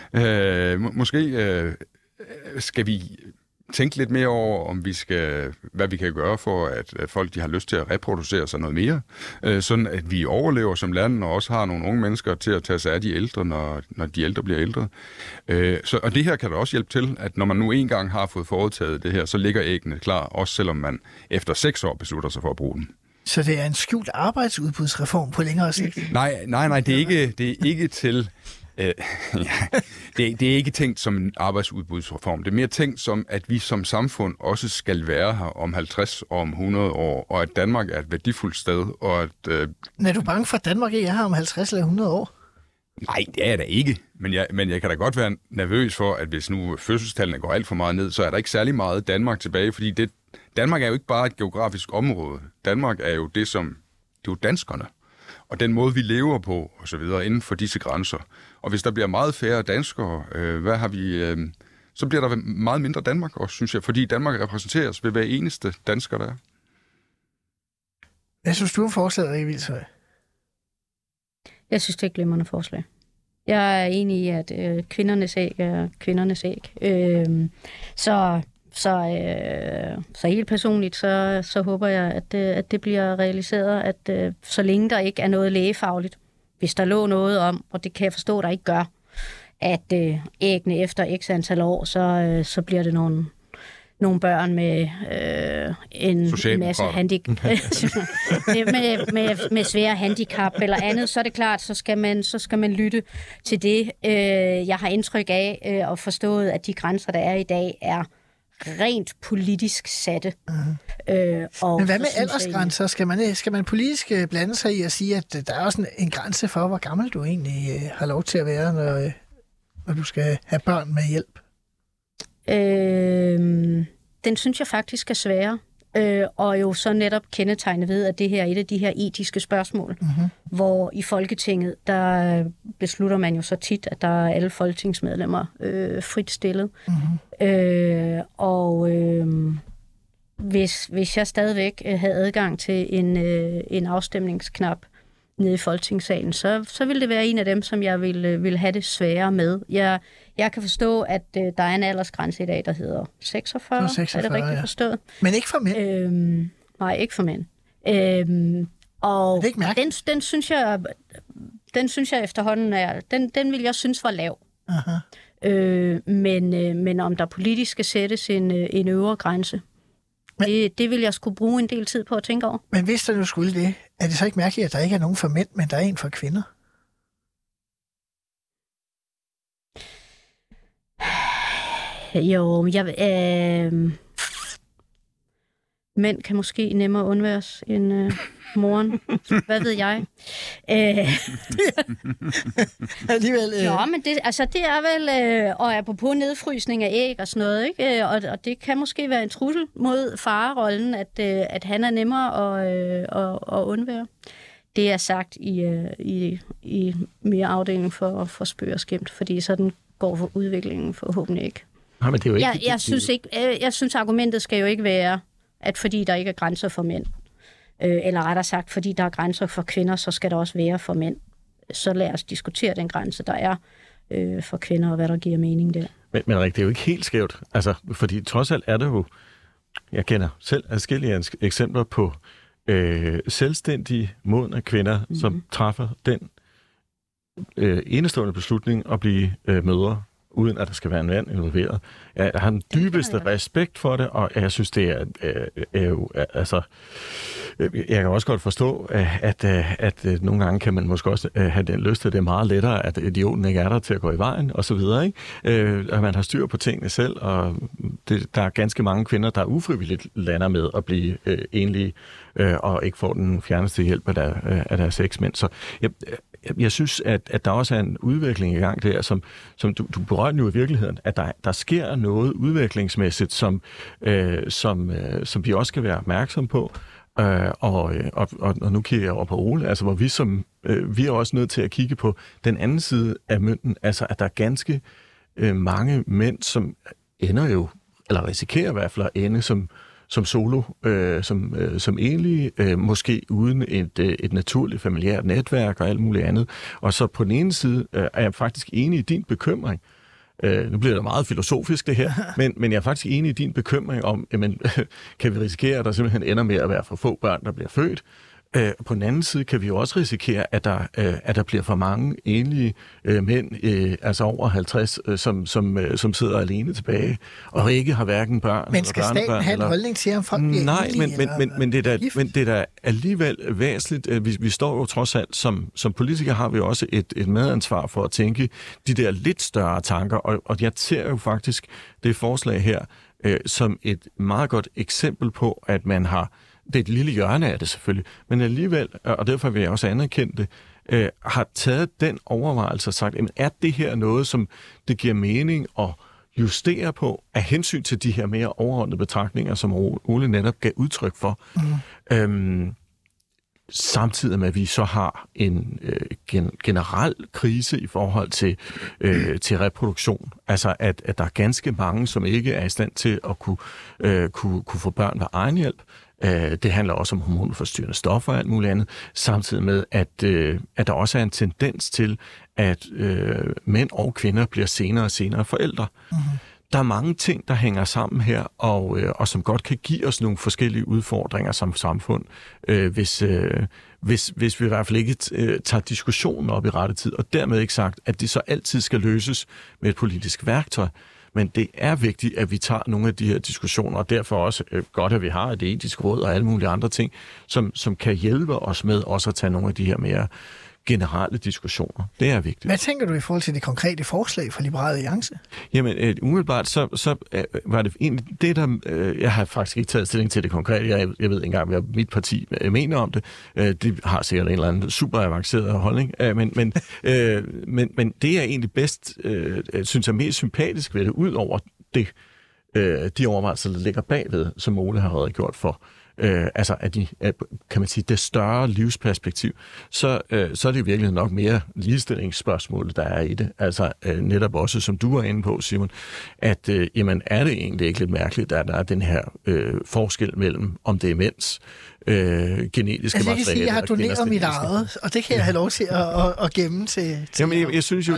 Måske skal vi tænke lidt mere over, om hvad vi kan gøre for, at folk de har lyst til at reproducere sig noget mere, sådan at vi overlever som land, og også har nogle unge mennesker til at tage sig af de ældre, når de ældre bliver ældre. Og det her kan da også hjælpe til, at når man nu engang har fået foretaget det her, så ligger æggene klar, også selvom man efter 6 år beslutter sig for at bruge dem. Så det er en skjult arbejdsudbudsreform på længere sigt? Nej, det er ikke til... det er ikke tænkt som en arbejdsudbudsreform. Det er mere tænkt som, at vi som samfund også skal være her om 50 og om 100 år, og at Danmark er et værdifuldt sted. Og at, er du bange for, at Danmark ikke er her om 50 eller 100 år? Nej, det er jeg da ikke. Men jeg kan da godt være nervøs for, at hvis nu fødselstallene går alt for meget ned, så er der ikke særlig meget Danmark tilbage, fordi Danmark er jo ikke bare et geografisk område. Danmark er jo det er jo danskerne. Og den måde, vi lever på, og så videre, inden for disse grænser. Og hvis der bliver meget færre danskere, så bliver der meget mindre Danmark også, synes jeg, fordi Danmark repræsenteres ved hver eneste dansker, der er. Hvad synes du om forslaget, Rikke Hvilshøj? Jeg synes, det er et glimrende forslag. Jeg er enig i, at kvindernes æg er kvindernes æg. Så helt personligt, så håber jeg, at det bliver realiseret, at så længe der ikke er noget lægefagligt, hvis der lå noget om, og det kan jeg forstå, der ikke gør, at æggene efter x antal år, så bliver det nogle børn med en masse med svære handicap eller andet, så er det klart, så skal man lytte til det. Jeg har indtryk af og forstået, at de grænser, der er i dag, er rent politisk satte. Men hvad med aldersgrænser? Skal man politisk blande sig i at sige, at der er også en grænse for, hvor gammel du egentlig har lov til at være, når du skal have børn med hjælp? Den synes jeg faktisk er sværere. Og jo så netop kendetegnet ved, at det her er et af de her etiske spørgsmål, hvor i Folketinget, der beslutter man jo så tit, at der er alle folketingsmedlemmer frit stillet. Hvis jeg stadigvæk havde adgang til en afstemningsknap, nede i Folketingssalen, så vil det være en af dem, som jeg vil have det sværere med. Jeg kan forstå, at der er en aldersgrænse i dag, der hedder 46. 46 er det rigtigt forstået? Men ikke for mænd? Nej, ikke for mænd. Og den synes jeg efterhånden den vil jeg synes var lav. Aha. Men om der politisk skal sættes en øvre grænse, det vil jeg skulle bruge en del tid på at tænke over. Men hvis der nu skulle det, er det så ikke mærkeligt, at der ikke er nogen for mænd, men der er en for kvinder? Jo, mænd kan måske nemmere undværes end moren. Hvad ved jeg? Alligevel. Nå, men det er vel, og apropos nedfrysning af æg og sådan noget, ikke? Og det kan måske være en trussel mod farerollen, at han er nemmere at undvære. Det er sagt i mere afdeling for spøg og skæmt, fordi sådan går for udviklingen forhåbentlig ikke. Nej, men det er jo ikke jeg synes argumentet skal jo ikke være, at fordi der ikke er grænser for mænd, eller rettere sagt, fordi der er grænser for kvinder, så skal der også være for mænd. Så lad os diskutere den grænse, der er for kvinder, og hvad der giver mening der. Men det er jo ikke helt skævt, altså, fordi trods alt er det jo, jeg kender selv adskillige eksempler på selvstændige modne kvinder, som træffer den enestående beslutning at blive mødre, uden at der skal være en mand involveret. Jeg har den dybeste respekt for det, og jeg synes, det er jo... Altså, jeg kan også godt forstå, at nogle gange kan man måske også have den lyst til, at det er meget lettere, at idioten ikke er der til at gå i vejen, og så videre, ikke? At man har styr på tingene selv, og der er ganske mange kvinder, der ufrivilligt lander med at blive enlige, og ikke får den fjerneste hjælp af deres eksmænd. Så jeg synes, at der også er en udvikling i gang der, som du berørte jo i virkeligheden, at der sker noget udviklingsmæssigt, som vi også skal være opmærksom på. Og nu kigger jeg over på Ole, altså hvor vi er også nødt til at kigge på den anden side af mønten, altså at der er ganske mange mænd, som ender jo, eller risikerer i hvert fald at ende som solo, som enlige, måske uden et naturligt familiært netværk og alt muligt andet. Og så på den ene side er jeg faktisk enig i din bekymring. Nu bliver det meget filosofisk det her, men jeg er faktisk enig i din bekymring om, jamen, kan vi risikere, at der simpelthen ender med at være for få børn, der bliver født? På den anden side kan vi jo også risikere, at der bliver for mange enlige mænd, altså over 50, som sidder alene tilbage, og ikke har hverken børn eller børnebørn. Men skal staten have en holdning til, om folk bliver enlige? Men det er da alligevel væsentligt. Vi står jo trods alt, som politikere har vi også et medansvar for at tænke de der lidt større tanker, og jeg ser jo faktisk det forslag her som et meget godt eksempel på, at man har, det er et lille hjørne af det selvfølgelig, men alligevel, og derfor vil jeg også anerkende det, har taget den overvejelse og sagt, jamen, er det her noget, som det giver mening at justere på af hensyn til de her mere overordnede betragtninger, som Ole netop gav udtryk for. Samtidig med, at vi så har en generel krise i forhold til reproduktion. Altså, at der er ganske mange, som ikke er i stand til at kunne få børn ved egen hjælp. Det handler også om hormonforstyrrende stoffer og alt muligt andet. Samtidig med, at der også er en tendens til, at mænd og kvinder bliver senere og senere forældre. Der er mange ting, der hænger sammen her, og som godt kan give os nogle forskellige udfordringer som samfund, hvis vi i hvert fald ikke tager diskussionen op i rette tid, og dermed ikke sagt, at det så altid skal løses med et politisk værktøj. Men det er vigtigt, at vi tager nogle af de her diskussioner, og derfor også godt, at vi har et etisk råd og alle mulige andre ting, som kan hjælpe os med også at tage nogle af de her mere generelle diskussioner. Det er vigtigt. Hvad tænker du i forhold til det konkrete forslag fra Liberal Alliance? Jamen, umiddelbart så var det egentlig det, der... jeg har faktisk ikke taget stilling til det konkrete. Jeg ved ikke engang, hvad mit parti mener om det. De har sikkert en eller anden super avanceret holdning. Men det er egentlig bedst, synes jeg, mest sympatisk ved det, ud over det, de overvejelser, der ligger bagved, som Ole har redegjort for. Altså, kan man sige, det større livsperspektiv, så er det i virkeligheden nok mere ligestillingsspørgsmål, der er i det. Altså, netop også, som du var inde på, Simon, at jamen, er det egentlig ikke lidt mærkeligt, at der er den her forskel mellem, om det er mænds genetiske materiale. materiale. Sige, jeg har doneret mit eget, og det kan jeg have lov til at gemme til Jamen, jeg synes jo,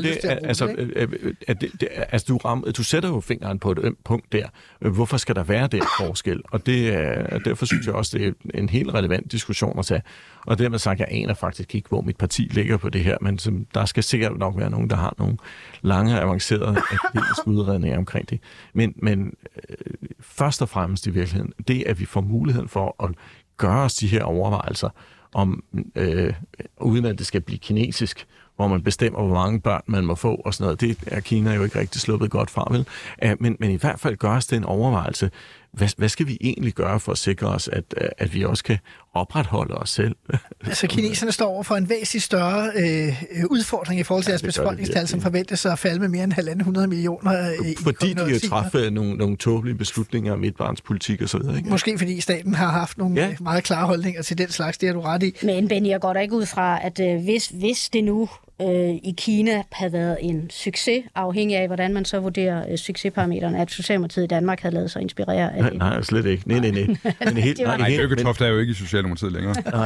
du sætter jo fingeren på et punkt der. Hvorfor skal der være den forskel? Og derfor synes jeg også, det er en helt relevant diskussion at tage. Og dermed sagt, jeg aner faktisk ikke, hvor mit parti ligger på det her, men der skal sikkert nok være nogen, der har nogle lange, avancerede akademiske udredninger omkring det. Men først og fremmest i virkeligheden, det at vi får muligheden for at gøre os de her overvejelser, om, uden at det skal blive kinesisk, hvor man bestemmer, hvor mange børn man må få og sådan noget. Det er Kina jo ikke rigtig sluppet godt fra, vel? Men i hvert fald gøres det en overvejelse. Hvad skal vi egentlig gøre for at sikre os, at vi også kan opretholde os selv? Altså, kineserne står over for en væsentligt større udfordring i forhold til deres befolkningstal, som forventes at falde med mere end 1.500 millioner. Fordi de kan træffe nogle tåbelige beslutninger om etbarnspolitik og så videre, ikke? Måske fordi staten har haft nogle meget klare holdninger til den slags, det har du ret i. Men Benny, jeg går da ikke ud fra, at hvis det nu i Kina havde været en succes, afhængig af, hvordan man så vurderer succesparameterne, at Socialdemokratiet i Danmark havde lavet sig inspirere af det. Nej, slet ikke. Nej. Lykketoft er jo ikke i Socialdemokratiet længere. Jeg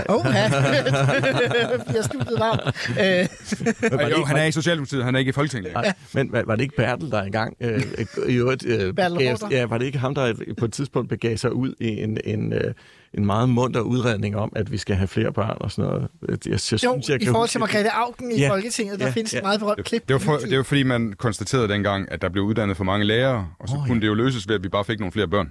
studiet varmt. Han er i Socialdemokratiet, han er ikke i Folketinget. Nej, men var det ikke Bertel, der engang var det ikke ham, der på et tidspunkt begav sig ud i en meget munter udredning om, at vi skal have flere børn og sådan noget. I forhold til Margrethe Auken i Folketinget, der findes et meget berømt klip. Det var fordi, man konstaterede dengang, at der blev uddannet for mange lærere, og så kunne det jo løses ved, at vi bare fik nogle flere børn.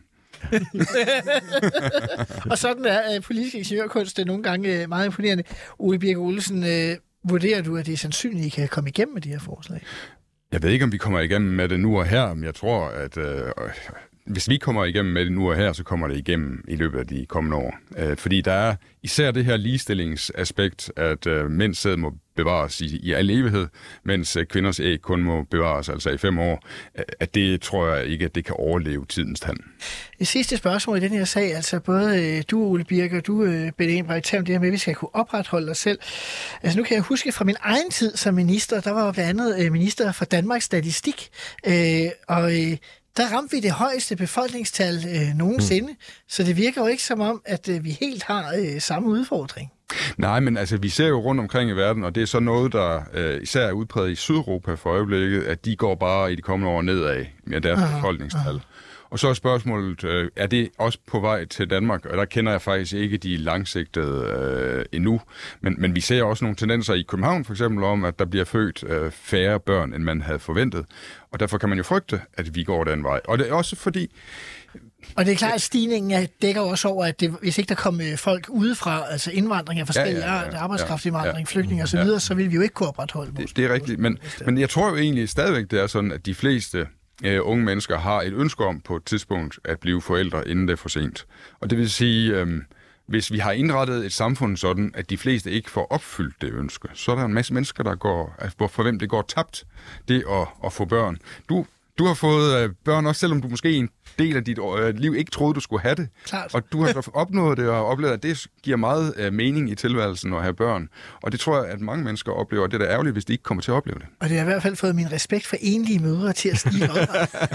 Og sådan er politisk ingeniørkunst nogle gange meget imponerende. Ole Birk Olesen, vurderer du, at det er sandsynligt, at I kan komme igennem med de her forslag? Jeg ved ikke, om vi kommer igennem med det nu og her, men jeg tror, at hvis vi kommer igennem med det nu og her, så kommer det igennem i løbet af de kommende år. Fordi der er især det her ligestillingsaspekt, at mænds sæd må bevares i al evighed, mens kvinders æg kun må bevares altså i 5 år. At det tror jeg ikke, at det kan overleve tidens tand. Det sidste spørgsmål i den her sag, altså både du, Ole Birk, og du, Bette Engelbrecht, om det her med, at vi skal kunne opretholde os selv. Altså nu kan jeg huske fra min egen tid som minister, der var blandt andet minister for Danmarks Statistik, der ramte vi det højeste befolkningstal nogensinde, så det virker jo ikke som om, at vi helt har samme udfordring. Nej, men altså, vi ser jo rundt omkring i verden, og det er så noget, der især er udpræget i Sydeuropa for øjeblikket, at de går bare i de kommende år nedad med deres befolkningstal. Og så er spørgsmålet, er det også på vej til Danmark? Og der kender jeg faktisk ikke de langsigtede endnu. Men vi ser også nogle tendenser i København for eksempel om, at der bliver født færre børn, end man havde forventet. Og derfor kan man jo frygte, at vi går den vej. Og det er også fordi... Og det er klart, at stigningen dækker også over, at hvis ikke der kommer folk udefra, altså indvandring af forskellige arbejdskraftindvandring, flygtninge osv., så vil vi jo ikke kunne opretholde vores. Det er rigtigt, men jeg tror jo egentlig stadigvæk, det er sådan, at de fleste unge mennesker har et ønske om på et tidspunkt at blive forældre, inden det er for sent. Og det vil sige, hvis vi har indrettet et samfund sådan, at de fleste ikke får opfyldt det ønske, så er der en masse mennesker, for hvem det går tabt, det at få børn. Du har fået børn også, selvom du måske en del af dit liv ikke troede, du skulle have det. Klart. Og du har opnået det og oplevet, at det giver meget mening i tilværelsen at have børn. Og det tror jeg, at mange mennesker oplever, og det er da ærgerligt, hvis de ikke kommer til at opleve det. Og det har i hvert fald fået min respekt for enlige mødre til at stige op.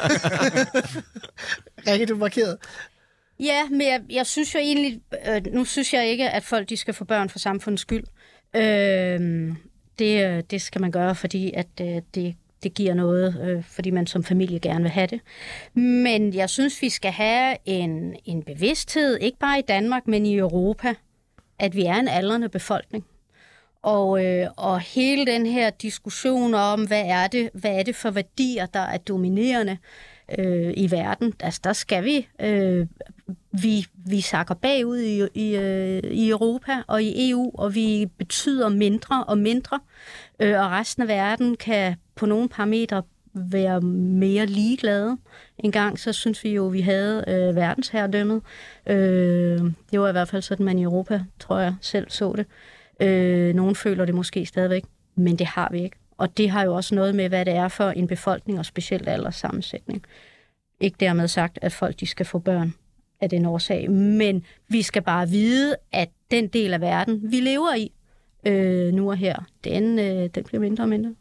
Rikke, du markeret. Ja, men jeg synes jo egentlig, nu synes jeg ikke, at folk de skal få børn for samfundets skyld. Det skal man gøre, fordi at det giver noget, fordi man som familie gerne vil have det. Men jeg synes, vi skal have en bevidsthed, ikke bare i Danmark, men i Europa, at vi er en aldrende befolkning. Og hele den her diskussion om, hvad er det for værdier, der er dominerende i verden, altså der skal vi sakker bagud i Europa og i EU, og vi betyder mindre og mindre, og resten af verden kan på nogle parametre være mere ligeglade. En gang så synes vi jo, vi havde verdensherredømmet. Det var i hvert fald sådan, man i Europa, tror jeg, selv så det. Nogen føler det måske stadigvæk, men det har vi ikke. Og det har jo også noget med, hvad det er for en befolkning, og specielt alderssammensætning. Ikke dermed sagt, at folk de skal få børn af den årsag, men vi skal bare vide, at den del af verden, vi lever i nu og her, den bliver mindre og mindre.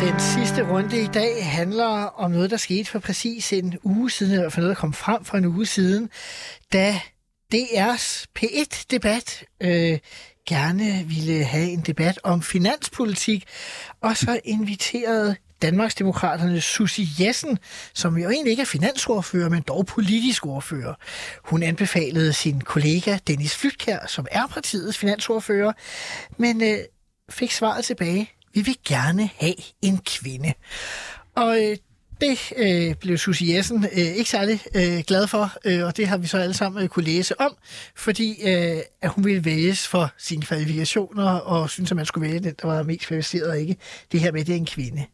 Den sidste runde i dag handler om noget, der skete for præcis en uge siden, eller for noget, der kom frem for en uge siden, da DR's P1-debat gerne ville have en debat om finanspolitik, og så inviterede Danmarksdemokraternes Susie Jessen, som jo egentlig ikke er finansordfører, men dog politisk ordfører. Hun anbefalede sin kollega Dennis Flydtkjær, som er partiets finansordfører, men fik svaret tilbage: vi vil gerne have en kvinde. Og det blev Susie Jessen ikke særlig glad for, og det har vi så alle sammen kunne læse om, fordi at hun ville vælges for sine kvalifikationer, og synes, at man skulle vælge den, der var mest kvalificeret, og ikke det her med, at det er en kvinde.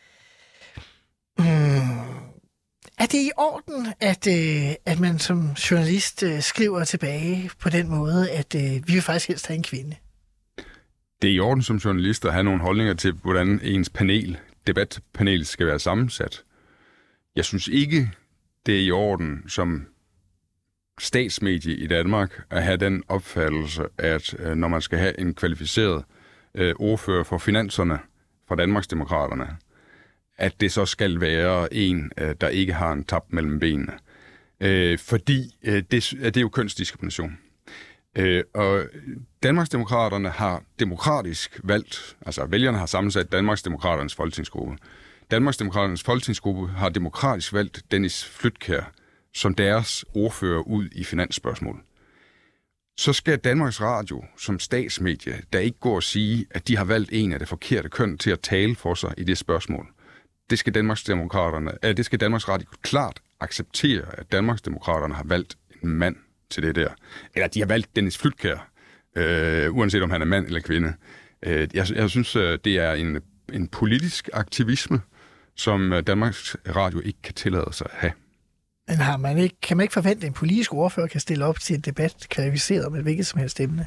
Er det i orden, at man som journalist skriver tilbage på den måde, at vi vil faktisk helst have en kvinde? Det er i orden som journalist at have nogle holdninger til, hvordan ens debatpanel skal være sammensat. Jeg synes ikke, det er i orden som statsmedie i Danmark at have den opfattelse, at når man skal have en kvalificeret ordfører for finanserne fra Danmarksdemokraterne, at det så skal være en, der ikke har en tap mellem benene. Fordi det er jo kønsdiskrimination. Og Danmarksdemokraterne har demokratisk valgt, altså vælgerne har sammensat Danmarksdemokraternes folketingsgruppe. Danmarksdemokraternes folketingsgruppe har demokratisk valgt Dennis Flydtkjær som deres ordfører ud i finansspørgsmål. Så skal Danmarks Radio som statsmedie, der ikke går og sige, at de har valgt en af det forkerte køn til at tale for sig i det spørgsmål. Det skal Danmarks Radio klart acceptere, at Danmarksdemokraterne har valgt en mand til det der. Eller de har valgt Dennis Flydtkjær, uanset om han er mand eller kvinde. Jeg synes, det er en politisk aktivisme, som Danmarks Radio ikke kan tillade sig at have. Men kan man ikke forvente, at en politisk ordfører kan stille op til en debat kvalificeret med hvilket som helst emne?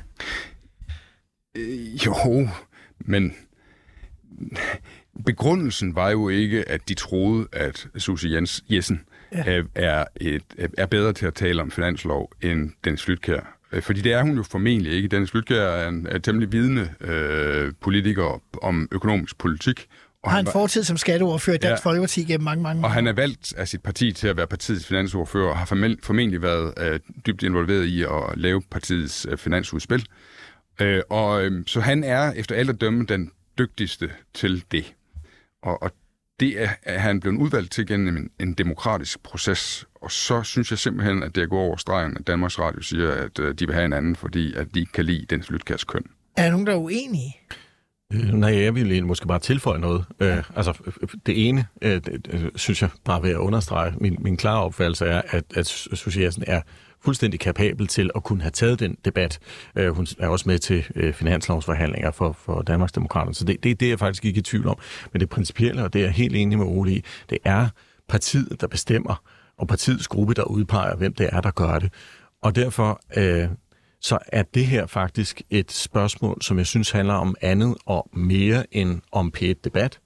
Jo, men begrundelsen var jo ikke, at de troede, at Susie Jessen er bedre til at tale om finanslov end Dennis Flydtkjær. Fordi det er hun jo formentlig ikke. Dennis Flydtkjær er en temmelig vidende politiker om økonomisk politik. Og har en fortid som skatteordfører i Dansk Folkeparti gennem mange år. Og han er valgt af sit parti til at være partiets finansordfører, og har formentlig været dybt involveret i at lave partiets finansudspil. Så han er efter alt at dømme den dygtigste til det. Og det er han blevet udvalgt til gennem en demokratisk proces. Og så synes jeg simpelthen, at det går over stregen, at Danmarks Radio siger, at de vil have en anden, fordi at de ikke kan lide Dennis Flydtkjærs køn. Er der nogen, der er uenige? Nej, jeg vil måske bare tilføje noget. Det ene, synes jeg bare ved at understrege, min klare opfattelse er, at Susie Jessen er fuldstændig kapabel til at kunne have taget den debat. Hun er også med til finanslovsforhandlinger for Danmarksdemokraterne, så det er jeg faktisk ikke i tvivl om. Men det principielle, og det er jeg helt enig med Ole i, det er partiet, der bestemmer, og partiets gruppe, der udpeger, hvem det er, der gør det. Og derfor så er det her faktisk et spørgsmål, som jeg synes handler om andet og mere end om P1-debat.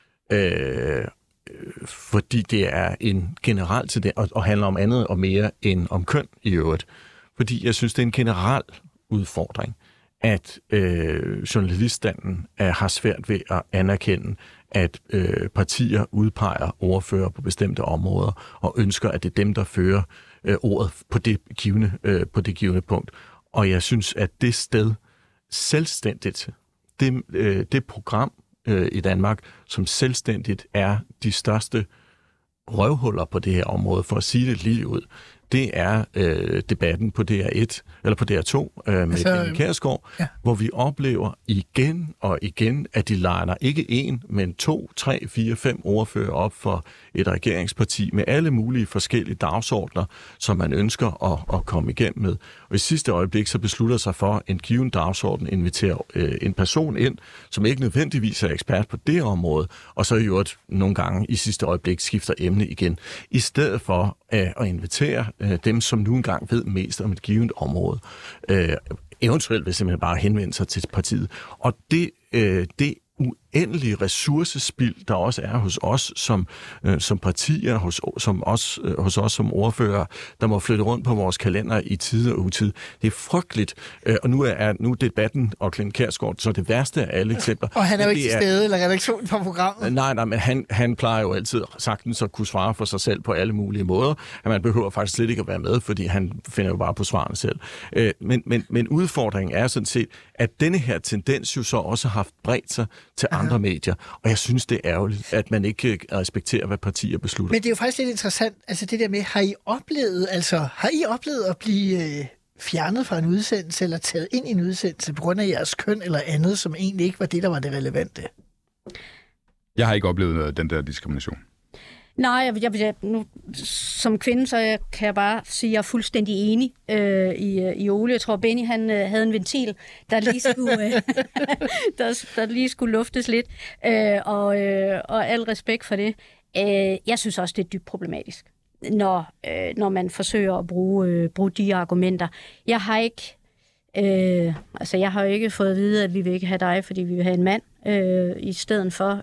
Fordi det er en generelt til det, og handler om andet og mere end om køn i øvrigt. Fordi jeg synes, det er en generel udfordring, at journaliststanden har svært ved at anerkende, at partier udpeger ordfører på bestemte områder, og ønsker, at det er dem, der fører ordet på det givne punkt. Og jeg synes, at det sted selvstændigt, det program i Danmark, som selvstændigt er de største røvhuller på det her område, for at sige det lige ud, det er debatten på DR1, eller på DR2 med Pernille Kjærsgaard, hvor vi oplever igen og igen, at de liner ikke 1, men 2, 3, 4, 5 ordfører op for et regeringsparti med alle mulige forskellige dagsordner, som man ønsker at komme igennem med. Og i sidste øjeblik så beslutter sig for en given dagsorden, inviterer en person ind, som ikke nødvendigvis er ekspert på det område, og så i øvrigt nogle gange i sidste øjeblik skifter emne igen, i stedet for at invitere dem, som nu engang ved mest om et givet område. Eventuelt vil simpelthen bare henvende sig til partiet. Og det uendelige ressourcespild, der også er hos os som partier, hos os som ordfører, der må flytte rundt på vores kalender i tid og utid. Det er frygteligt. Og nu er debatten og Clement Kjærsgaard så det værste af alle eksempler. Og han er jo ikke til stede, eller redaktionen på programmet. Nej, men han plejer jo altid sagtens at kunne svare for sig selv på alle mulige måder. Man behøver faktisk slet ikke at være med, fordi han finder jo bare på svarene selv. Men udfordringen er sådan set, at denne her tendens jo så også har haft bredt sig til andre medier. Og jeg synes, det er ærgerligt, at man ikke respekterer, hvad partier beslutter. Men det er jo faktisk lidt interessant, altså det der med, har I oplevet at blive fjernet fra en udsendelse, eller taget ind i en udsendelse på grund af jeres køn eller andet, som egentlig ikke var det, der var det relevante? Jeg har ikke oplevet den der diskrimination. Nej, jeg nu, som kvinde, så kan jeg bare sige, at jeg er fuldstændig enig i Ole. Jeg tror, Benny han havde en ventil, der lige skulle luftes lidt. Og al respekt for det. Jeg synes også, det er dybt problematisk, når man forsøger at bruge de argumenter. Jeg har jo ikke fået at vide, at vi vil ikke have dig, fordi vi vil have en mand i stedet for.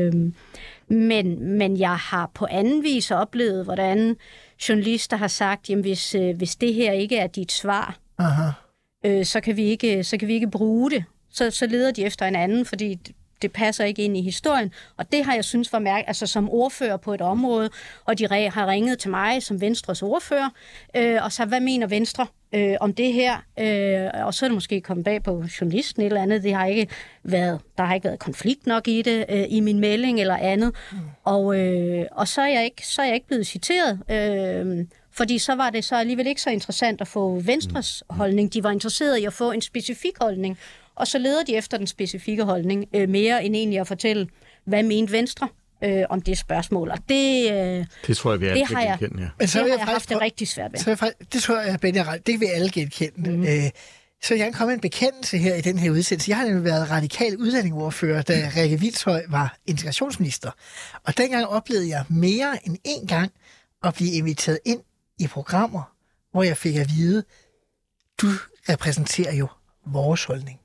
Men jeg har på anden vis oplevet, hvordan journalister har sagt, jamen hvis det her ikke er dit svar, så kan vi ikke bruge det. Så leder de efter en anden, fordi det passer ikke ind i historien. Og det har jeg synes var mærkeligt, altså som ordfører på et område, og de har ringet til mig som Venstres ordfører, og så hvad mener Venstre om det her? Og så er det måske kommet bag på journalisten eller andet. Der har ikke været konflikt nok i det, i min melding eller andet. Og så er jeg ikke blevet citeret, fordi så var det så alligevel ikke så interessant at få Venstres holdning. De var interesserede i at få en specifik holdning, og så leder de efter den specifikke holdning mere end egentlig at fortælle, hvad mente Venstre om det spørgsmål. Og det tror jeg, vi alle kan genkende, ja. Men så det har jeg haft det rigtig svært ved. Det tror jeg, Benny er ret. Det kan vi alle genkende. Så jeg kan komme en bekendelse her i den her udsendelse. Jeg har nemlig været radikal udlændingeordfører, da Rikke Hvilshøj var integrationsminister. Og dengang oplevede jeg mere end en gang at blive inviteret ind i programmer, hvor jeg fik at vide, du repræsenterer jo vores holdning.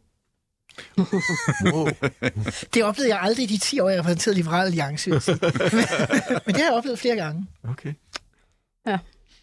Det oplevede jeg aldrig i de 10 år, jeg repræsenterede Liberal Alliance. Men det har jeg oplevet flere gange. Okay. Ja.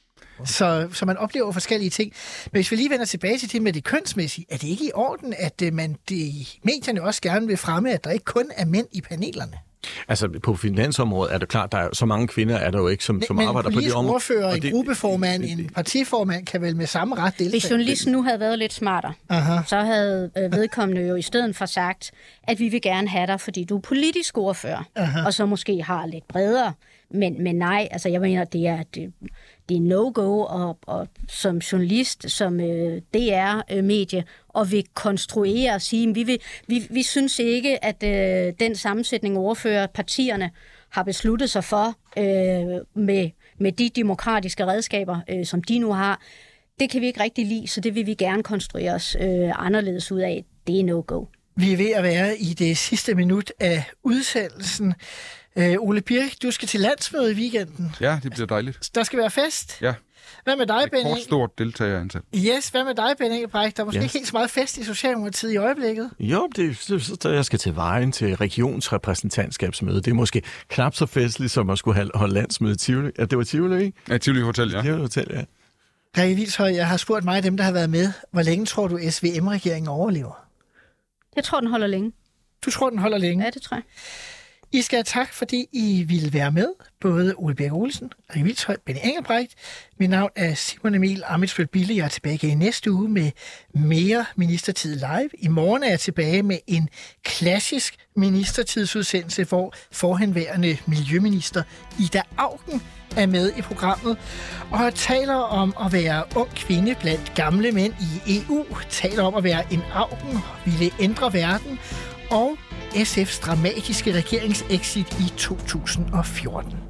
Så man oplever forskellige ting. Men hvis vi lige vender tilbage til det med det kønsmæssige, er det ikke i orden, at medierne også gerne vil fremme, at der ikke kun er mænd i panelerne? Altså på finansområdet er det klart, der er så mange kvinder, er der jo ikke, som arbejder på det område. Men ordfører, en gruppeformand, en partiformand kan vel med samme ret deltage. Hvis journalisten nu havde været lidt smartere, så havde vedkommende jo i stedet for sagt, at vi vil gerne have dig, fordi du er politisk ordfører, og så måske har lidt bredere. Men nej, altså jeg mener, det er no-go og som journalist, som DR-medie, og vil konstruere og sige, vi synes ikke, at den sammensætning ordfører partierne har besluttet sig for med de demokratiske redskaber, som de nu har. Det kan vi ikke rigtig lide, så det vil vi gerne konstruere os anderledes ud af. Det er no-go. Vi er ved at være i det sidste minut af udsendelsen. Ole Birk, du skal til landsmøde i weekenden. Ja, det bliver dejligt. Der skal være fest. Ja. Hvad med dig, Benny? Et stort deltagerantal. Yes, hvad med dig, Benny Engelbrecht? Der er måske ikke helt så meget fest i Socialdemokratiet i øjeblikket. Jo, jeg skal til Vejen til regionsrepræsentantskabsmøde. Det er måske knap så festligt, som at skulle holde landsmøde i Tivoli. Ja, det var Tivoli, ikke? Ja, Tivoli Hotel, ja. Tivoli Hotel, ja. Rikke Hvilshøj, jeg har spurgt mig af dem, der har været med. Hvor længe tror du, SVM-regeringen overlever? Jeg tror, den holder længe. Du tror, den holder længe? Ja, det tror jeg. I skal have tak, fordi I ville være med. Både Ole Birk Olesen, Rikke Hvilshøj, Benny Engelbrecht. Mit navn er Simon Emil Ammitzbøll-Bille. Jeg er tilbage igen i næste uge med mere Ministertid Live. I morgen er jeg tilbage med en klassisk ministertidsudsendelse, hvor forhenværende miljøminister Ida Auken er med i programmet og taler om at være ung kvinde blandt gamle mænd i EU, taler om at være en Auken, ville ændre verden, og SF's dramatiske regeringsexit i 2014.